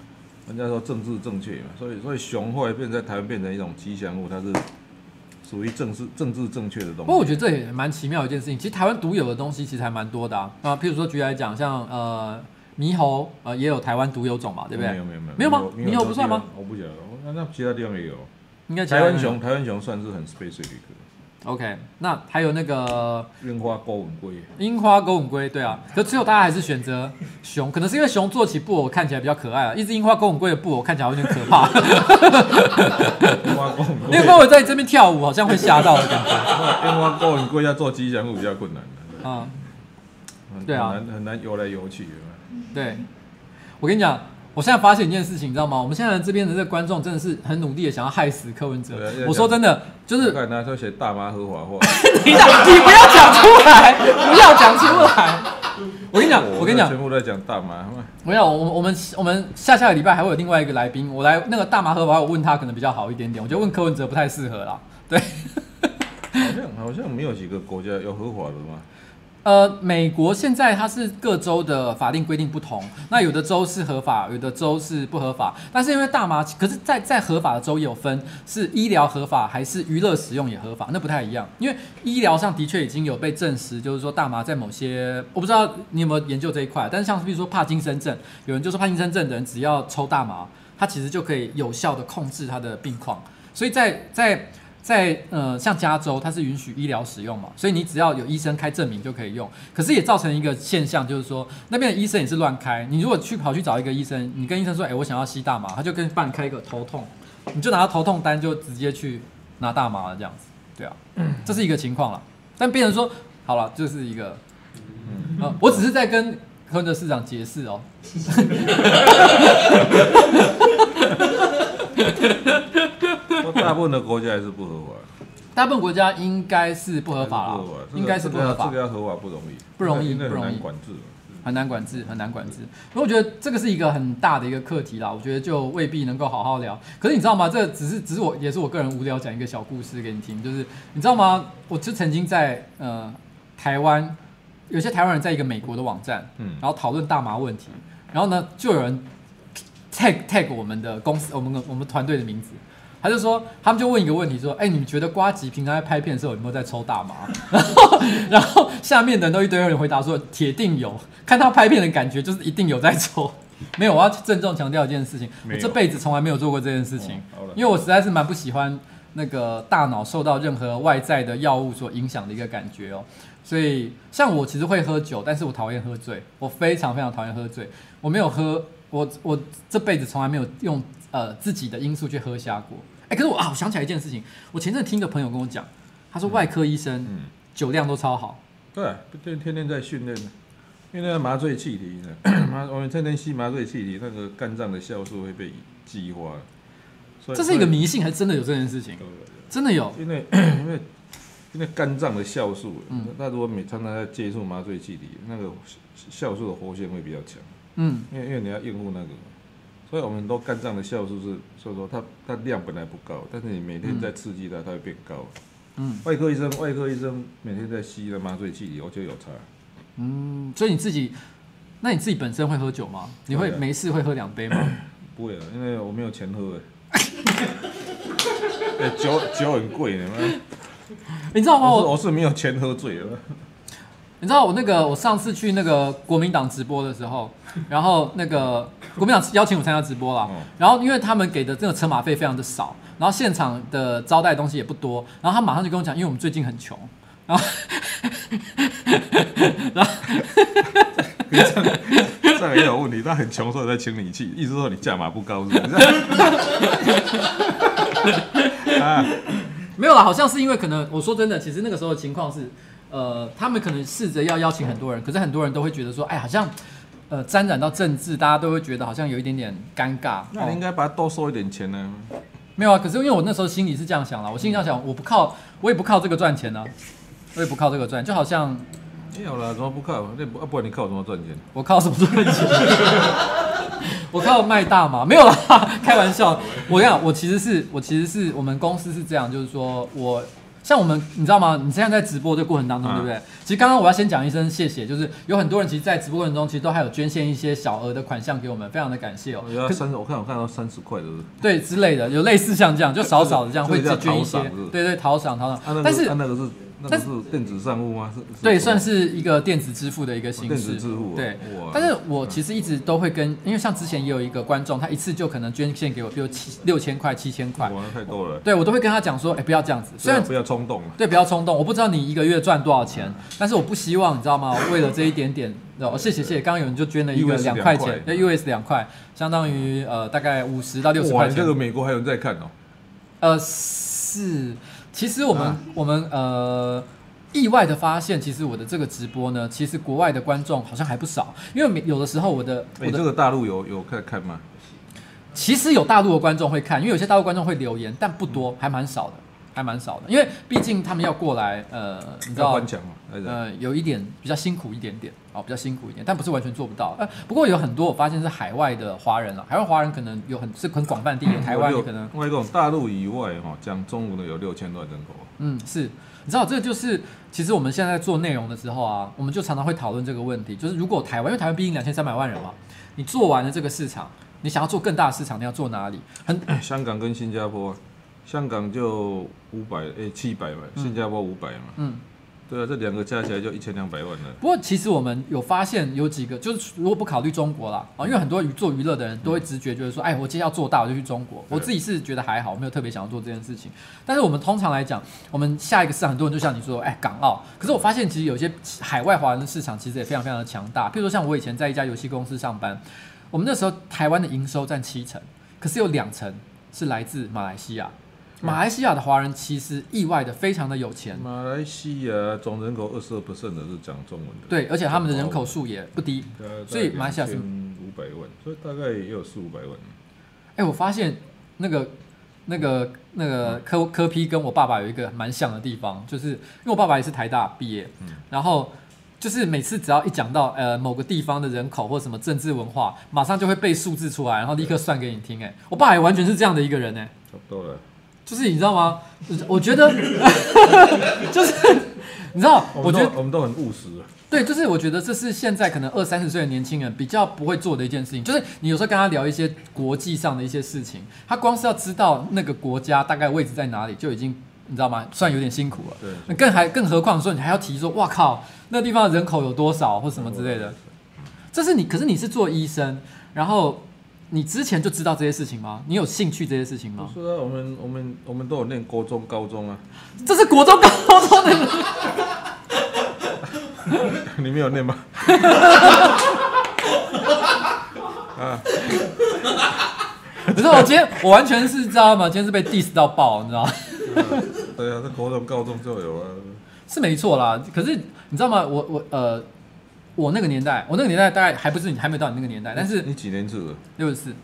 人家说政治正确嘛，所以熊后来在台湾变成一种吉祥物，它是属于政治正确的东西。 不过我觉得这也蛮奇妙的一件事情，其实台湾独有的东西其实还蛮多的啊。譬如说举例来讲，像猕猴也有台湾独有种嘛，对不对？没有吗？猕猴不算吗？ 我不晓得，那其他地方也有。 应该台湾熊算是很 specific 的。 OK， 那还有那个樱花钩吻龟。 樱花钩吻龟，对啊，可最后大家还是选择熊，可能是因为熊做起布偶看起来比较可爱啊，一只樱花钩吻龟的布偶看起来有点可怕。 樱花钩吻龟， 因为我在这边跳舞，好像会吓到的感觉。 樱花钩吻龟要做吉祥物比较困难的。 啊，对啊， 很难游来游去。 对，我跟你讲。我现在发现一件事情，你知道吗？我们现在这边的这个观众真的是很努力的想要害死柯文哲。我说真的，就是看他就写大麻合法化。 你不要讲出来，不要讲出来。我跟你讲， 全部都在讲大麻。 我们下个礼拜还会有另外一个来宾，我来那个大麻合法化，我问他可能比较好一点点。我觉得问柯文哲不太适合啦。对， 好像没有几个国家有合法的吗？ 美国现在它是各州的法定规定不同，那有的州是合法，有的州是不合法。但是因为大麻，可是在合法的州也有分，是医疗合法还是娱乐使用也合法，那不太一样。因为医疗上的确已经有被证实，就是说大麻在某些，我不知道你有没有研究这一块，但是像比如说帕金森症，有人就说帕金森症的人只要抽大麻，他其实就可以有效的控制他的病况。所以在像加州，它是允许医疗使用嘛，所以你只要有医生开证明就可以用。可是也造成一个现象，就是说那边的医生也是乱开。你如果跑去找一个医生，你跟医生说，我想要吸大麻，他就帮你开一个头痛，你就拿到头痛单就直接去拿大麻了，这样子，对啊，这是一个情况了。但变成说，好了，这是一个，我只是在跟柯文哲市长解释哦。 大部分的国家还是不合法。 大部分国家应该是不合法啦，应该是不合法。 这个要合法不容易， 不容易， 很难管制， 很难管制。所以我觉得这个是一个很大的一个课题啦，我觉得就未必能够好好聊。可是你知道吗？这只是也是我个人无聊讲一个小故事给你听，就是你知道吗？我就曾经在台湾，有些台湾人在一个美国的网站，然后讨论大麻问题，然后呢就有人 tag 我们的公司，我们团队的名字。他们就问一个问题说，你们觉得呱吉平常在拍片的时候有没有在抽大麻？然后下面的人都一堆人回答说，铁定有，看他拍片的感觉就是一定有在抽。没有，我要郑重强调一件事情，我这辈子从来没有做过这件事情，因为我实在是蛮不喜欢那个大脑受到任何外在的药物所影响的一个感觉哦。所以像我其实会喝酒，但是我讨厌喝醉，我非常非常讨厌喝醉。我没有喝，我这辈子从来没有用自己的因素去喝瞎过。可是我想起来一件事情，我前阵听个朋友跟我讲，他说外科医生酒量都超好。 对，天天在训练，因为那个麻醉气体呢，我们天天吸麻醉气体，那个肝脏的酵素会被激化。 这是一个迷信，还是真的有这件事情？真的有， 因为肝脏的酵素，那如果常常在接触麻醉气体，那个酵素的活性会比较强。因为你要应付那个。所以我们都肝脏的酵素是，所以说它量本来不高，但是你每天在刺激它会变高。外科医生每天在吸的麻醉气体，我觉得有差。 所以你自己本身会喝酒吗？你会没事会喝2杯吗？ 不会啊，因为我没有钱喝。酒很贵的嘛。 你知道吗？ 我是没有钱喝醉了。 你知道我上次去那个国民党直播的时候，然后那个国民党邀请我参加直播啦，然后因为他们给的这个车马费非常的少，然后现场的招待东西也不多，然后他马上就跟我讲，因为我们最近很穷，然后这个也有问题，他很穷，所以在请你去，意思说你价码不高，是不是？ 没有啦，好像是因为可能我说真的，其实那个时候的情况是。他们可能试着要邀请很多人，可是很多人都会觉得说，好像沾染到政治，大家都会觉得好像有一点点尴尬。 那你应该把它多收一点钱呢？ 没有啊，可是因为我那时候心里是这样想啦，我心里这样想，我也不靠这个赚钱啊，我也不靠这个赚，就好像没有啦，怎么不靠？不然你靠什么赚钱？ 我靠什么赚钱？我靠卖大麻，没有啦，开玩笑。我跟你讲，我其实是我们公司是这样，就是说像我们，你知道吗？你现在在直播这个过程当中，对不对？其实刚刚我要先讲一声谢谢，就是有很多人其实，在直播过程中，其实都还有捐献一些小额的款项给我们，非常的感谢哦。 我看到30块的， 对之类的，有类似像这样，就少少的这样会捐一些，对，讨赏。但是那个是电子商务吗？ 对，算是一个电子支付的一个形式。 电子支付。 对，但是我其实一直都会因为像之前也有一个观众，他一次就可能捐献给我，比如6000块、7000块， 哇，太多了。 对，我都会跟他讲说，不要这样子，虽然不要冲动。 对，不要冲动。我不知道你一个月赚多少钱，但是我不希望你知道吗？为了这一点点，谢谢。刚刚有人就捐了一个2块钱，US 2块，相当于大概50到60块钱。 这个美国还有人在看哦。 是。其实我们意外的发现，其实我的这个直播呢，其实国外的观众好像还不少，因为有的时候我的这个大陆有看吗？ 其实有大陆的观众会看，因为有些大陆观众会留言，但不多，还蛮少的。因为毕竟他们要过来，你知道，有一点比较辛苦一点点，比较辛苦一点，但不是完全做不到。不过有很多我发现是海外的华人了，海外华人可能是很广泛地区，台湾也可能。 外公大陆以外讲中文的有6000多人口。 是，你知道这个就是其实我们现在在做内容的时候啊，我们就常常会讨论这个问题，就是如果台湾，因为台湾毕竟2300万人嘛，你做完了这个市场，你想要做更大的市场，你要做哪里？ 香港跟新加坡。香港就700嘛，新加坡500嘛，对啊，这2个加起来就1200万了。 不过其实我们有发现有几个，就是如果不考虑中国啦，因为很多做娱乐的人都会直觉觉得说，我接下来要做大我就去中国。我自己是觉得还好，没有特别想要做这件事情。但是我们通常来讲，我们下一个市场很多人就像你说，港澳。可是我发现其实有些海外华人的市场其实也非常非常的强大。譬如说像我以前在一家游戏公司上班，我们那时候台湾的营收占70%，可是有2%是来自马来西亚。马来西亚的华人其实意外的非常的有钱。 马来西亚总人口22%的是讲中文的。 对，而且他们的人口数也不低，所以马来西亚是 2500万，所以大概也有400-500万。 我发现那个柯 P 跟我爸爸有一个蛮像的地方，就是因为我爸爸也是台大毕业，然后就是每次只要一讲到某个地方的人口或什么政治文化，马上就会背数字出来，然后立刻算给你听。我爸也完全是这样的一个人。 差不多了。 就是你知道吗？我觉得就是你知道，我们都很务实。 对，就是我觉得这是现在可能20-30岁的年轻人比较不会做的一件事情。就是你有时候跟他聊一些国际上的一些事情，他光是要知道那个国家大概位置在哪里，就已经你知道吗？算有点辛苦了。对，更何况说你还要提说，哇靠，那地方的人口有多少或什么之类的。这是你，可是你是做医生，然后。你之前就知道这些事情吗？你有兴趣这些事情吗？ 是啊，我们都有念国中、高中啊。 这是国中、高中的。 你没有念吗？ 可是我完全是知道吗？今天是被 diss 到爆，你知道吗？ 对啊，这国中、高中就有啊。是没错啦，可是你知道吗？我那个年代大概还没到你那个年代，但是你几年次的 ？64。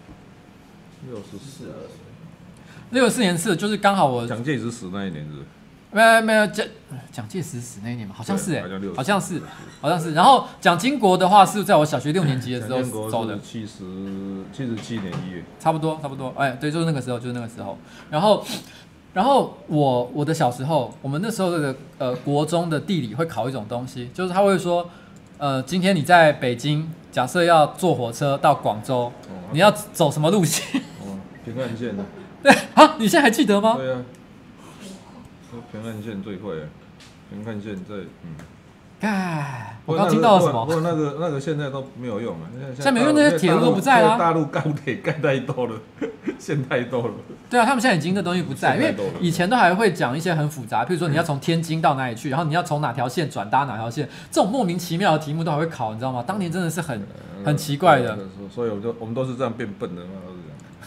64 年次就是刚好我蒋介石死那一年是。 没有蒋介石死那一年嘛，好像是好像是。然后蒋经国的话是在我小学6年级的时候走的 ，77年1月， 差不多。对，就是那个时候。然后我的小时候，我们那时候的国中的地理会考一种东西，就是他会说。今天你在北京，假设要坐火车到广州，你要走什么路线？ 平安线的。 对啊，你现在还记得吗？ 对啊，平安线最快啊，平安线在我刚听到了什么？ 不过那个现在都没有用了， 现在没有用，那些铁路都不在啦。 大陆高铁盖太多了，线太多了。 对啊，他们现在已经这东西不在，因为以前都还会讲一些很复杂，譬如说你要从天津到哪里去，然后你要从哪条线转搭哪条线，这种莫名其妙的题目都还会考，你知道吗？当年真的是很奇怪的。 所以我们都是这样变笨的嘛，都是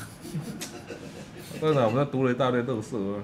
这样。当然，我们在读了一大堆垃圾啊。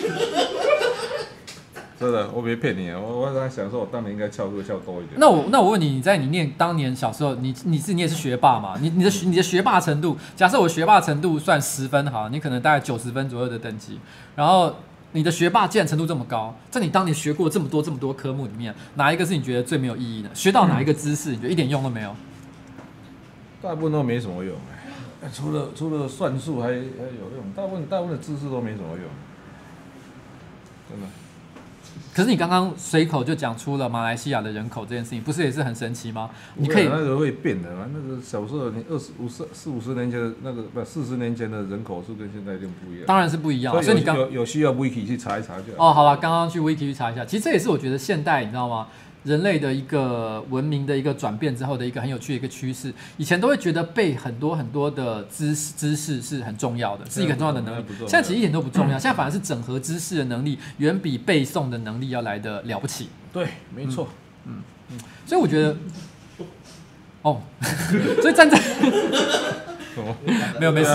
真的，我没骗你啊！我在想说，我当年应该翘课翘多一点。 那我问你，你念当年小时候，你也是学霸嘛？你的学霸程度，假设我学霸程度算10分好，你可能大概90分左右的等级。然后你的学霸既然程度这么高，在你当年学过这么多科目里面，哪一个是你觉得最没有意义的？学到哪一个知识，你觉得一点用都没有？ 大部分都没什么用，除了算术还有用，大部分的知识都没什么用，真的。 可是你刚刚随口就讲出了马来西亚的人口这件事情，不是也是很神奇吗？你可以那个会变的嘛？那个小时候你40-50年前的那个40年前的人口数跟现在一定不一样。 当然是不一样，所以你有需要 Wiki 去查一查就好。 哦，好了，刚刚去 Wiki 去查一下，其实这也是我觉得现代你知道吗？人类的一个文明的一个转变之后的一个很有趣的一个趋势。以前都会觉得背很多很多的知识是很重要的，是一个很重要的能力。现在其实一点都不重要，现在反而是整合知识的能力远比背诵的能力要来的了不起。 对，没错。 所以我觉得，哦，所以站在没有没事。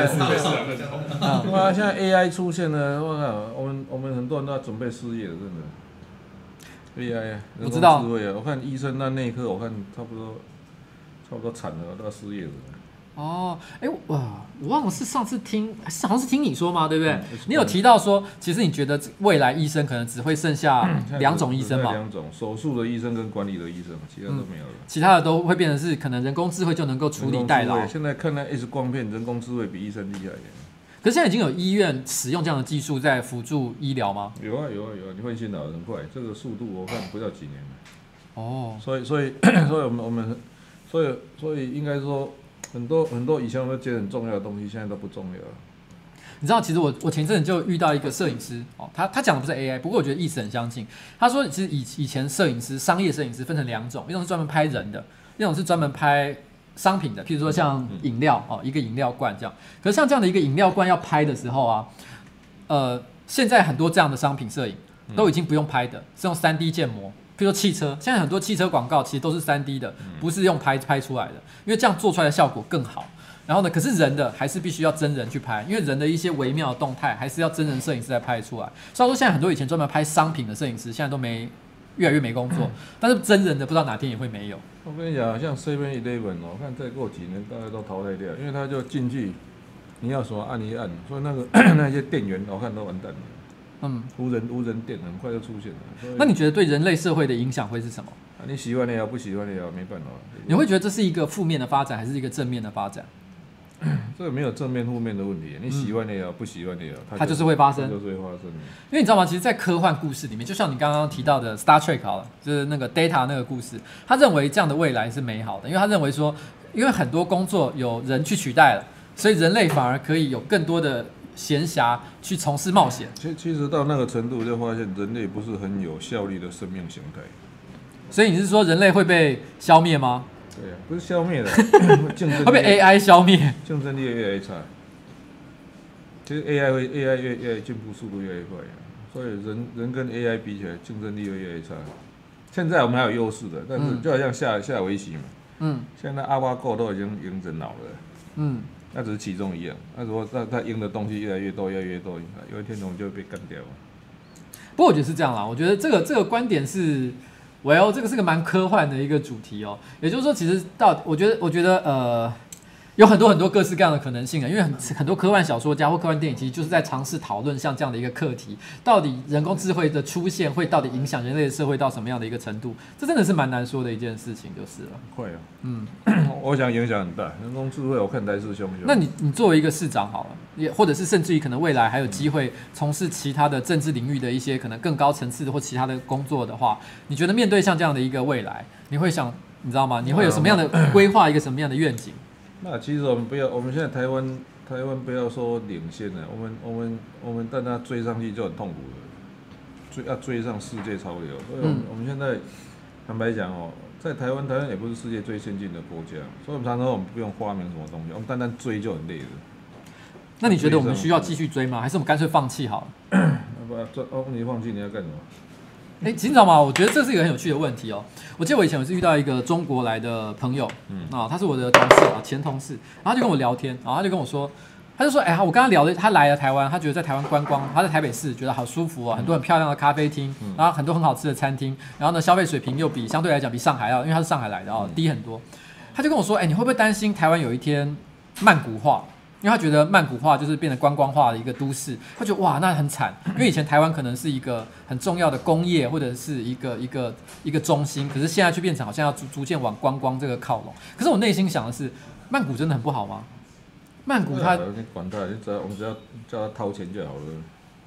哇，现在 AI 出现了，我们很多人都要准备失业了，真的。AI 啊，人工智慧啊，我看医生那内科，我看差不多惨了，都要失业了。 哦，我忘了是上次听，好像是听你说嘛，对不对？你有提到说，其实你觉得未来医生可能只会剩下2种医生嘛 ？2种，手术的医生跟管理的医生，其他都没有了。 其他的都会变成是可能人工智慧就能够处理代劳。 现在看那 X 光片，人工智慧比医生厉害一点。 可是现在已经有医院使用这样的技术在辅助医疗吗？ 有啊，你会心脑很快，这个速度我看不到几年了。 哦， 所以我们应该说很多以前我们觉得很重要的东西，现在都不重要了。 你知道，其实我前阵子就遇到一个摄影师哦，他讲的不是 AI， 不过我觉得意思很相近。他说，其实以前摄影师，商业摄影师分成2种，一种是专门拍人的，一种是专门拍商品的，譬如说像饮料哦，一个饮料罐这样。可是像这样的一个饮料罐要拍的时候啊，现在很多这样的商品摄影都已经不用拍的，是用3D 建模。譬如说汽车，现在很多汽车广告其实都是3D 的，不是用拍出来的，因为这样做出来的效果更好。然后呢，可是人的还是必须要真人去拍，因为人的一些微妙的动态还是要真人摄影师来拍出来。所以说现在很多以前专门拍商品的摄影师，现在都越来越没工作，但是真人的不知道哪天也会没有。 我跟你讲，像 7-Eleven 我看再过几年大概都淘汰掉，因为他就进去，你要什么按一按，所以那些店员我看都完蛋了。无人店很快就出现了。 那你觉得对人类社会的影响会是什么？ 你喜欢也好，不喜欢也好，没办法。 你会觉得这是一个负面的发展，还是一个正面的发展？ 这个没有正面负面的问题，你喜欢也好，不喜欢也好， 它就是会发生， 就是会发生。 因为你知道吗？其实，在科幻故事里面，就像你刚刚提到的 Star Trek 好了，就是那个 Data 那个故事，他认为这样的未来是美好的，因为他认为说，因为很多工作有人去取代了，所以人类反而可以有更多的闲暇去从事冒险。 其实到那个程度，就发现人类不是很有效率的生命形态。 所以你是说人类会被消灭吗？ 对呀，不是消灭的，竞争会被 AI 消灭， 竞争力越来越差。其实 AI 越进步速度越来越快，所以人跟 AI 比起来，竞争力会越来越差。现在我们还有优势的，但是就好像下围棋嘛，现在AlphaGo都已经赢人脑了，那只是其中一样。那如果他赢的东西越来越多，有一天我们就会被干掉了。 不过我觉得是这样啦，我觉得这个观点是。这个是个蛮科幻的一个主题哦，也就是说，其实我觉得有很多各式各样的可能性啊，因为很多科幻小说家或科幻电影其实就是在尝试讨论像这样的一个课题，到底人工智慧的出现会到底影响人类的社会到什么样的一个程度，这真的是蛮难说的一件事情，就是了。 会啊，我想影响很大，人工智慧我看来势汹汹。 那你作为一个市长好了，也或者是甚至于可能未来还有机会从事其他的政治领域的一些可能更高层次的或其他的工作的话，你觉得面对像这样的一个未来，你会想，你知道吗？你会有什么样的规划，一个什么样的愿景？ 那其实我们现在台湾不要说领先了，我们但他追上去就很痛苦了，要追上世界潮流。所以我们现在坦白讲在台湾也不是世界最先进的国家，所以我们常常我们不用发明什么东西，我们单单追就很累了。 那你觉得我们需要继续追吗？还是我们干脆放弃好了？ 你放弃你要干什么？ 其实你知道吗？我觉得这是一个很有趣的问题哦。我记得我以前是遇到一个中国来的朋友，他是我的同事前同事，然后他就跟我聊天，然后他就跟我说，我跟他聊的，他来了台湾，他觉得在台湾观光，他在台北市觉得好舒服哦，很多很漂亮的咖啡厅，然后很多很好吃的餐厅，然后呢消费水平又相对来讲比上海因为他是上海来的低很多。他就跟我说，你会不会担心台湾有一天曼谷化？因为他觉得曼谷化就是变成观光化的一个都市，他觉得哇那很惨，因为以前台湾可能是一个很重要的工业或者是一个中心，可是现在却变成好像要逐渐往观光这个靠拢。可是我内心想的是，曼谷真的很不好吗？曼谷它你管他，我们只要叫他掏钱就好了。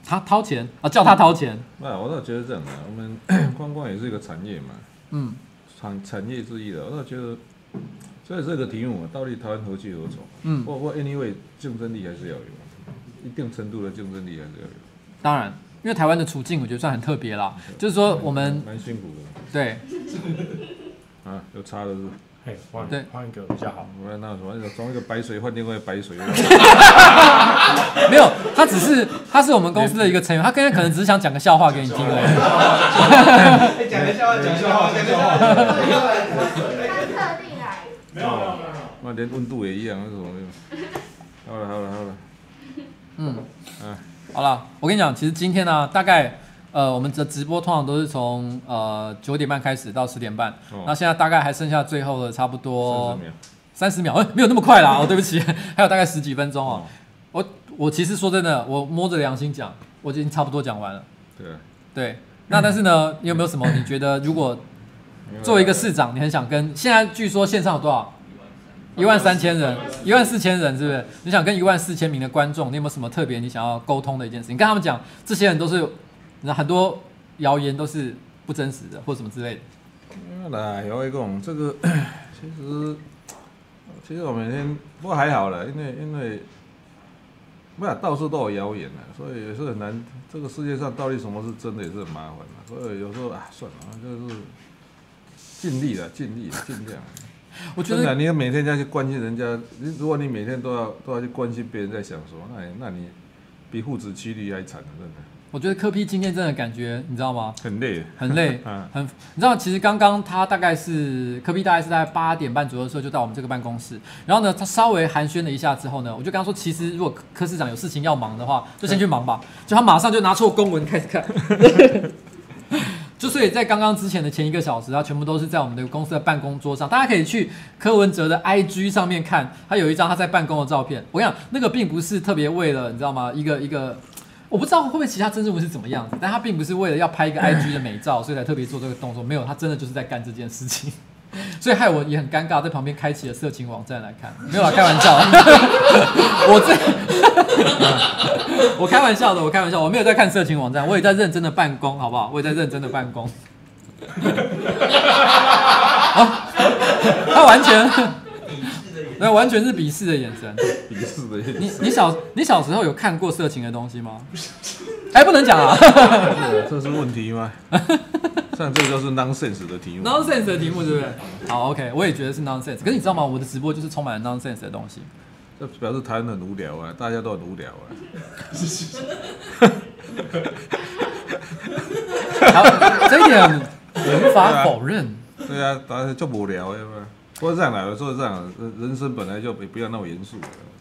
他掏钱啊，叫他掏钱。 那我倒觉得这样的，我们观光也是一个产业嘛，产业之一的，我倒觉得，所以这个题目到底台湾何去何从？不过 anyway 竞争力还是要有，一定程度的竞争力还是要有。 当然，因为台湾的处境我觉得算很特别啦，就是说我们蛮辛苦的。 对。 啊，有差的是。 嘿，换一个比较好。 我来那什么，装一个白水换另外白水。 没有，他是我们公司的一个成员，他刚才可能只是想讲个笑话给你听而已。讲个笑话，讲笑话。 他特地来。 没有。那连温度也一样，那什么？好了。 好了，我跟你讲，其实今天呢，大概。我们的直播通常都是从9点半开始到10点半，那现在大概还剩下最后的差不多30秒，没有那么快啦，对不起，还有大概10几分钟哦。我其实说真的，我摸着良心讲，我已经差不多讲完了。对，那但是呢，你有没有什么你觉得如果作为一个市长，你很想跟现在据说线上有多少？13000人，14000人，是不是？你想跟14000名的观众，你有没有什么特别你想要沟通的一件事情？你跟他们讲，这些人都是。那很多谣言都是不真实的，或什么之类的。 来，我讲这个，其实我每天不过还好了，因为不然到处都有谣言了，所以也是很难。这个世界上到底什么是真的也是很麻烦的，所以有时候算了，就是尽力了，尽量。 我觉得你要每天要去关心人家，如果你每天都要去关心别人在想什么，那你比父子妻离还惨了，真的。 我觉得柯 P 今天真的感觉，你知道吗？ 很累， 你知道，其实刚刚他大概是柯 P 大概是在8点半左右的时候就到我们这个办公室，然后呢，他稍微寒暄了一下之后呢，我就跟他说，其实如果柯市长有事情要忙的话，就先去忙吧。就他马上就拿出公文开始看，就所以在刚刚之前的前1个小时，他全部都是在我们的公司的办公桌上，大家可以去柯文哲的 IG 上面看，他有一张他在办公的照片。我跟你讲，那个并不是特别为了，你知道吗？一个。我不知道会不会其他真正是怎么样子，但他并不是为了要拍一个 IG 的美照，所以才特别做这个动作。没有，他真的就是在干这件事情，所以害我也很尴尬，在旁边开启了色情网站来看。没有啦，开玩笑。我开玩笑的，我没有在看色情网站，我也在认真的办公，好不好？我也在认真的办公。他完全。那完全是鄙视的眼神。 鄙视的眼神。 你小时候有看过色情的东西吗？不能讲啊。 这是问题吗？像这就是 nonsense 的题目。 nonsense 的题目，对不对？好 ，OK， 我也觉得是 nonsense。可是你知道吗？我的直播就是充满了 nonsense 的东西。 这表示台湾很无聊啊，大家都很无聊啊。 好，这一点我无法否认。 对啊，大家就无聊的嘛。不过这样来，我说这样，人生本来就不要那么严肃。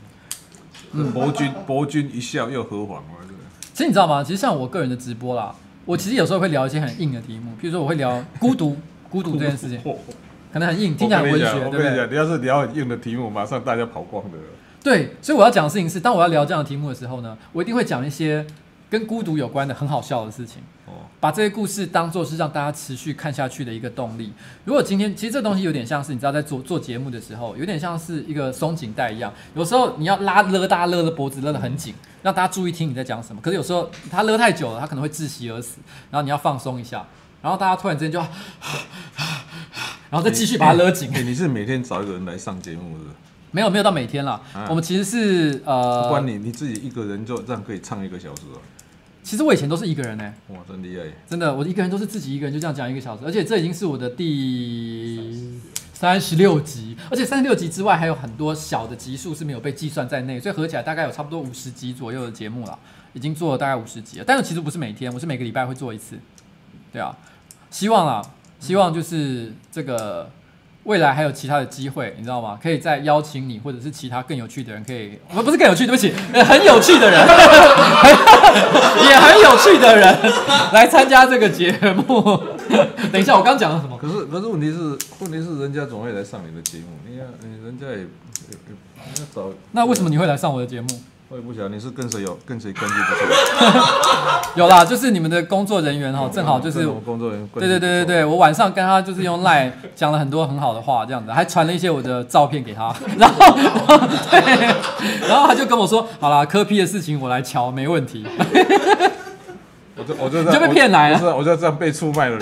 博君一笑又何妨嘛？ 其实你知道吗？其实像我个人的直播啦，我其实有时候会聊一些很硬的题目，比如说我会聊孤独这件事情，可能很硬，听起来很文学，对不对？ 我跟你讲，你要是聊很硬的题目，马上大家跑光的。 对，所以我要讲的事情是，当我要聊这样的题目的时候呢，我一定会讲一些跟孤独有关的很好笑的事情。把这些故事当作是让大家持续看下去的一个动力。如果今天其实这东西有点像是你知道在做节目的时候，有点像是一个松紧带一样，有时候你要勒大家勒的脖子勒得很紧，让大家注意听你在讲什么。可是有时候他勒太久了，他可能会窒息而死，然后你要放松一下，然后大家突然之间就然后再继续把它勒紧。 你是每天找一个人来上节目是不是？ 没有到每天啦，我们其实是不管你自己一个人就这样可以唱1个小时哦。 其实我以前都是一个人呢。 哇，真厉害！ 真的，我一个人都是自己一个人就这样讲1个小时，而且这已经是我的第36集，而且36集之外还有很多小的集数是没有被计算在内，所以合起来大概有差不多50集左右的节目啦，已经做了大概50集了。但是其实不是每天，我是每个礼拜会做1次。对啊，希望就是这个。未来还有其他的机会，你知道吗？可以再邀请你，或者是其他更有趣的人，可以不是更有趣，对不起，很有趣的人，也很有趣的人来参加这个节目。等一下，我刚讲了什么？ 可是问题是人家总会来上你的节目，人家也要找。 那为什么你会来上我的节目？ 我也不晓得你是跟谁关系不错。 有啦，就是你们的工作人员正好就是我们工作人员关系不错。 对，我晚上跟他就是用 LINE 讲了很多很好的话，这样子，还传了一些我的照片给他，然后他就跟我说，好啦，科批的事情我来瞧，没问题。 我就被骗来了， 我就这样被出卖了。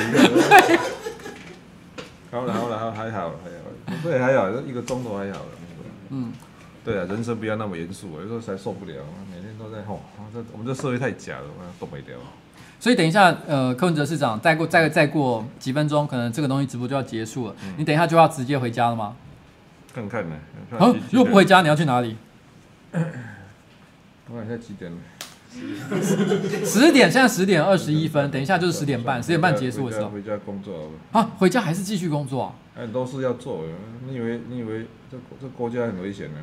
好了，还好，对，还好，一个钟头还好了。对啊，人生不要那么严肃，有时候才受不了，每天都在我们这社会太假了，动不了。 所以等一下，柯文哲市长再过几分钟，可能这个东西直播就要结束了。你等一下就要直接回家了吗？ 看看呢。 如果不回家，你要去哪里？ 我看现在几点了 ？10点，现在10点21分，等一下就是10点半，10点半结束的时候。 回家工作回家还是继续工作啊？ 很多事要做，你以为这国家很危险的？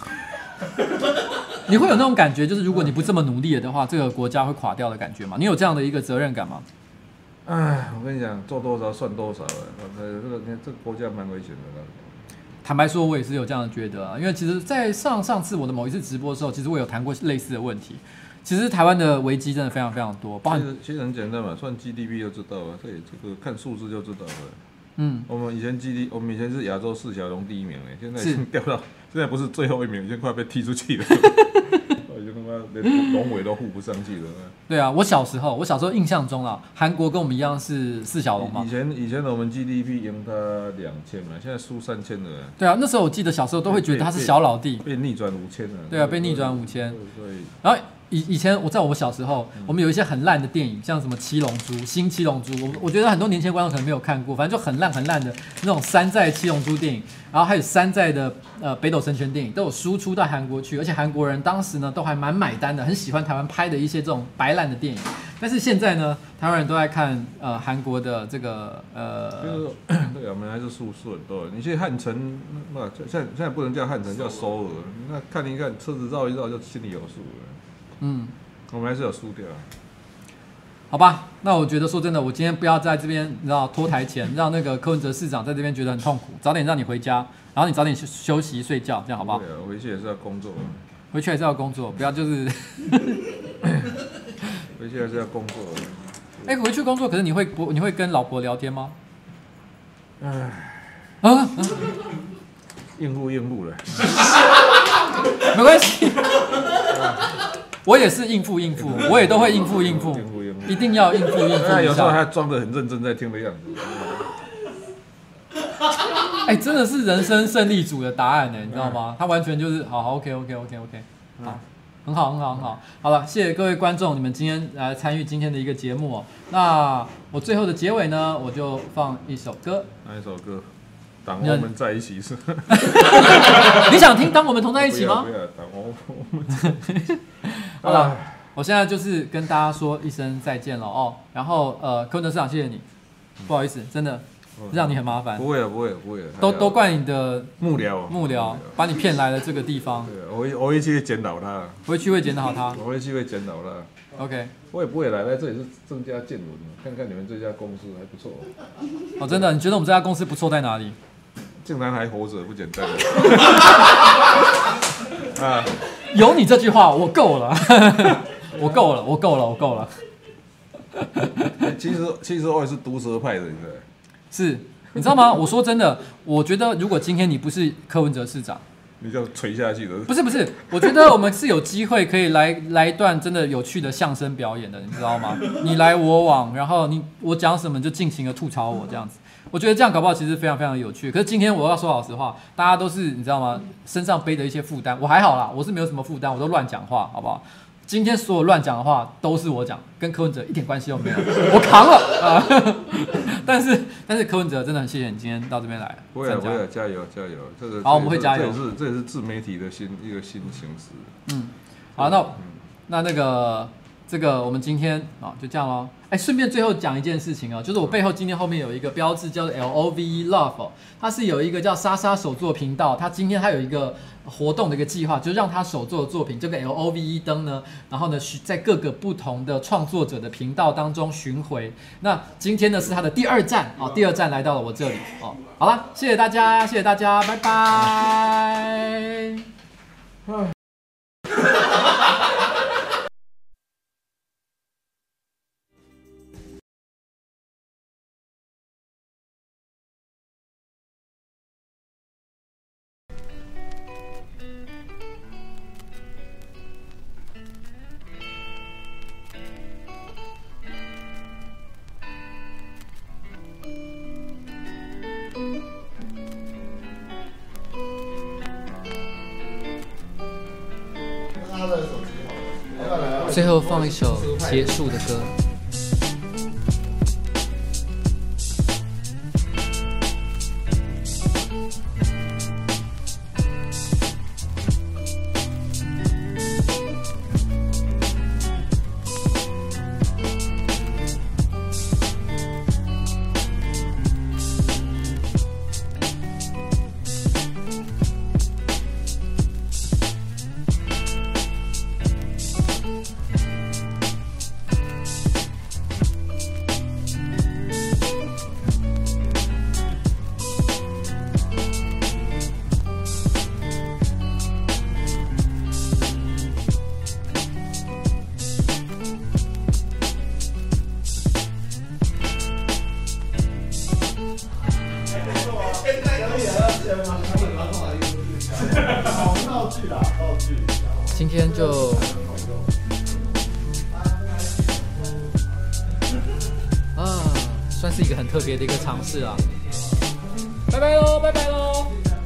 你会有那种感觉，就是如果你不这么努力的话，这个国家会垮掉的感觉吗？你有这样的一个责任感吗？ 我跟你讲，做多少算多少这个国家蛮危险的。 坦白说，我也是有这样的觉得因为其实，在上次我的某一次直播的时候，其实我有谈过类似的问题。其实台湾的危机真的非常非常多， 其实很简单嘛，算 GDP 就知道了，这个看数字就知道了。我们以前是亚洲4小龙第1名现在已经掉到，现在不是最后1名，已经快被踢出去了。已经他妈连龙尾都护不上去了。 对啊，我小时候印象中啊，韩国跟我们一样是4小龙嘛。 以前我们 GDP 赢他2000嘛，现在输3000了。 对啊，那时候我记得小时候都会觉得他是小老弟， 被逆转5000了。 对啊，被逆转5000。然后以前在我小时候，我们有一些很烂的电影，像什么七龙珠、新七龙珠，我觉得很多年轻观众可能没有看过，反正就很烂的那种山寨七龙珠电影，然后还有山寨的北斗神拳电影都有输出到韩国去，而且韩国人当时呢都还蛮买单的，很喜欢台湾拍的一些这种白烂的电影。但是现在呢，台湾人都在看韩国的这个对啊，我们还是输很多。你去汉城，现在不能叫汉城，叫首尔，那看一看车子绕一绕就心里有数了。我们还是有输掉。 好吧，那我觉得说真的，我今天不要在这边，你知道拖台前，让那个柯文哲市长在这边觉得很痛苦，早点让你回家，然后你早点休息睡觉，这样好不好？ 对啊，回去也是要工作。 回去还是要工作，不要就是。 回去还是要工作。 回去工作，可是你会跟老婆聊天吗？ 应付了。 没关系。我也是应付，我也都会应付，一定要应付一下。 有时候还装得很认真在听的样子。 真的是人生胜利组的答案你知道吗？他完全就是好 ，OK， 好，很好。好了，谢谢各位观众，你们今天来参与今天的一个节目那我最后的结尾呢，我就放一首歌。 哪一首歌？当我们在一起是？ 你想听《当我们同在一起》吗？ 不要，当我们。 好了，我现在就是跟大家说一声再见了然后柯文哲市长，谢谢你，不好意思，真的让你很麻烦。 不会， 都怪你的幕僚把你骗来了这个地方。 对，我会去检讨他。 回去会检讨他。 我会去检讨他。 OK。 我也不会来这里是增加见闻，看看你们这家公司还不错。 真的？你觉得我们这家公司不错在哪里？ 竟然还活着，不简单。 有你这句话，我够了，我够了。 其实我也是毒舌派的，你知道？ 是，你知道吗？我说真的，我觉得如果今天你不是柯文哲市长， 你就垂下去了。 不是，我觉得我们是有机会可以来一段真的有趣的相声表演的，你知道吗？你来我往，然后我讲什么就尽情的吐槽我这样子。我觉得这样搞不好其实非常非常有趣。可是今天我要说老实话，大家都是你知道吗？身上背着一些负担，我还好啦，我是没有什么负担，我都乱讲话，好不好？今天所有乱讲的话都是我讲，跟柯文哲一点关系都没有，我扛了但是柯文哲真的很谢谢你今天到这边来， 不会加油！这个好，我们会加油。 这也是自媒体的一个新形式。 好，那个这个我们今天就这样咯。顺便最后讲一件事情就是我背后今天后面有一个标志叫做 LOVE Love， 它是有一个叫莎莎手作频道，它今天它有一个活动的一个计划，就是让他手作的作品这个 LOVE 灯呢，然后呢在各个不同的创作者的频道当中巡回。那今天呢是他的第2站第2站来到了我这里好了，谢谢大家，拜拜。 最后放一首结束的歌。今天就算是一个很特别的一个尝试啊！拜拜喽，拜拜喽！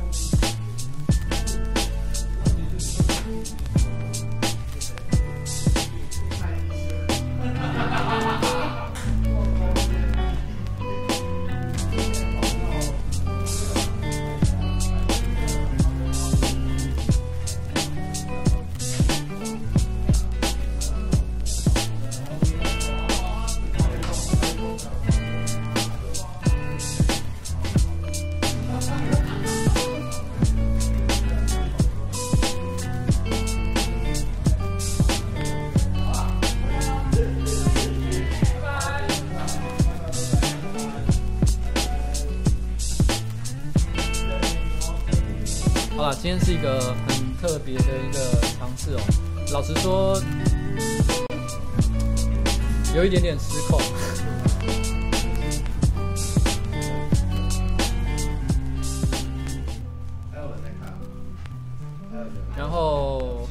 好啦，今天是一个很特别的一个尝试哦。老实说，有一点点失控。然后，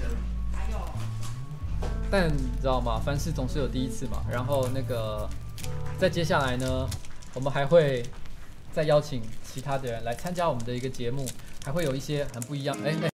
但你知道吗？凡事总是有第一次嘛。然后那个，在接下来呢，我们还会再邀请其他的人来参加我们的一个节目。还会有一些很不一样，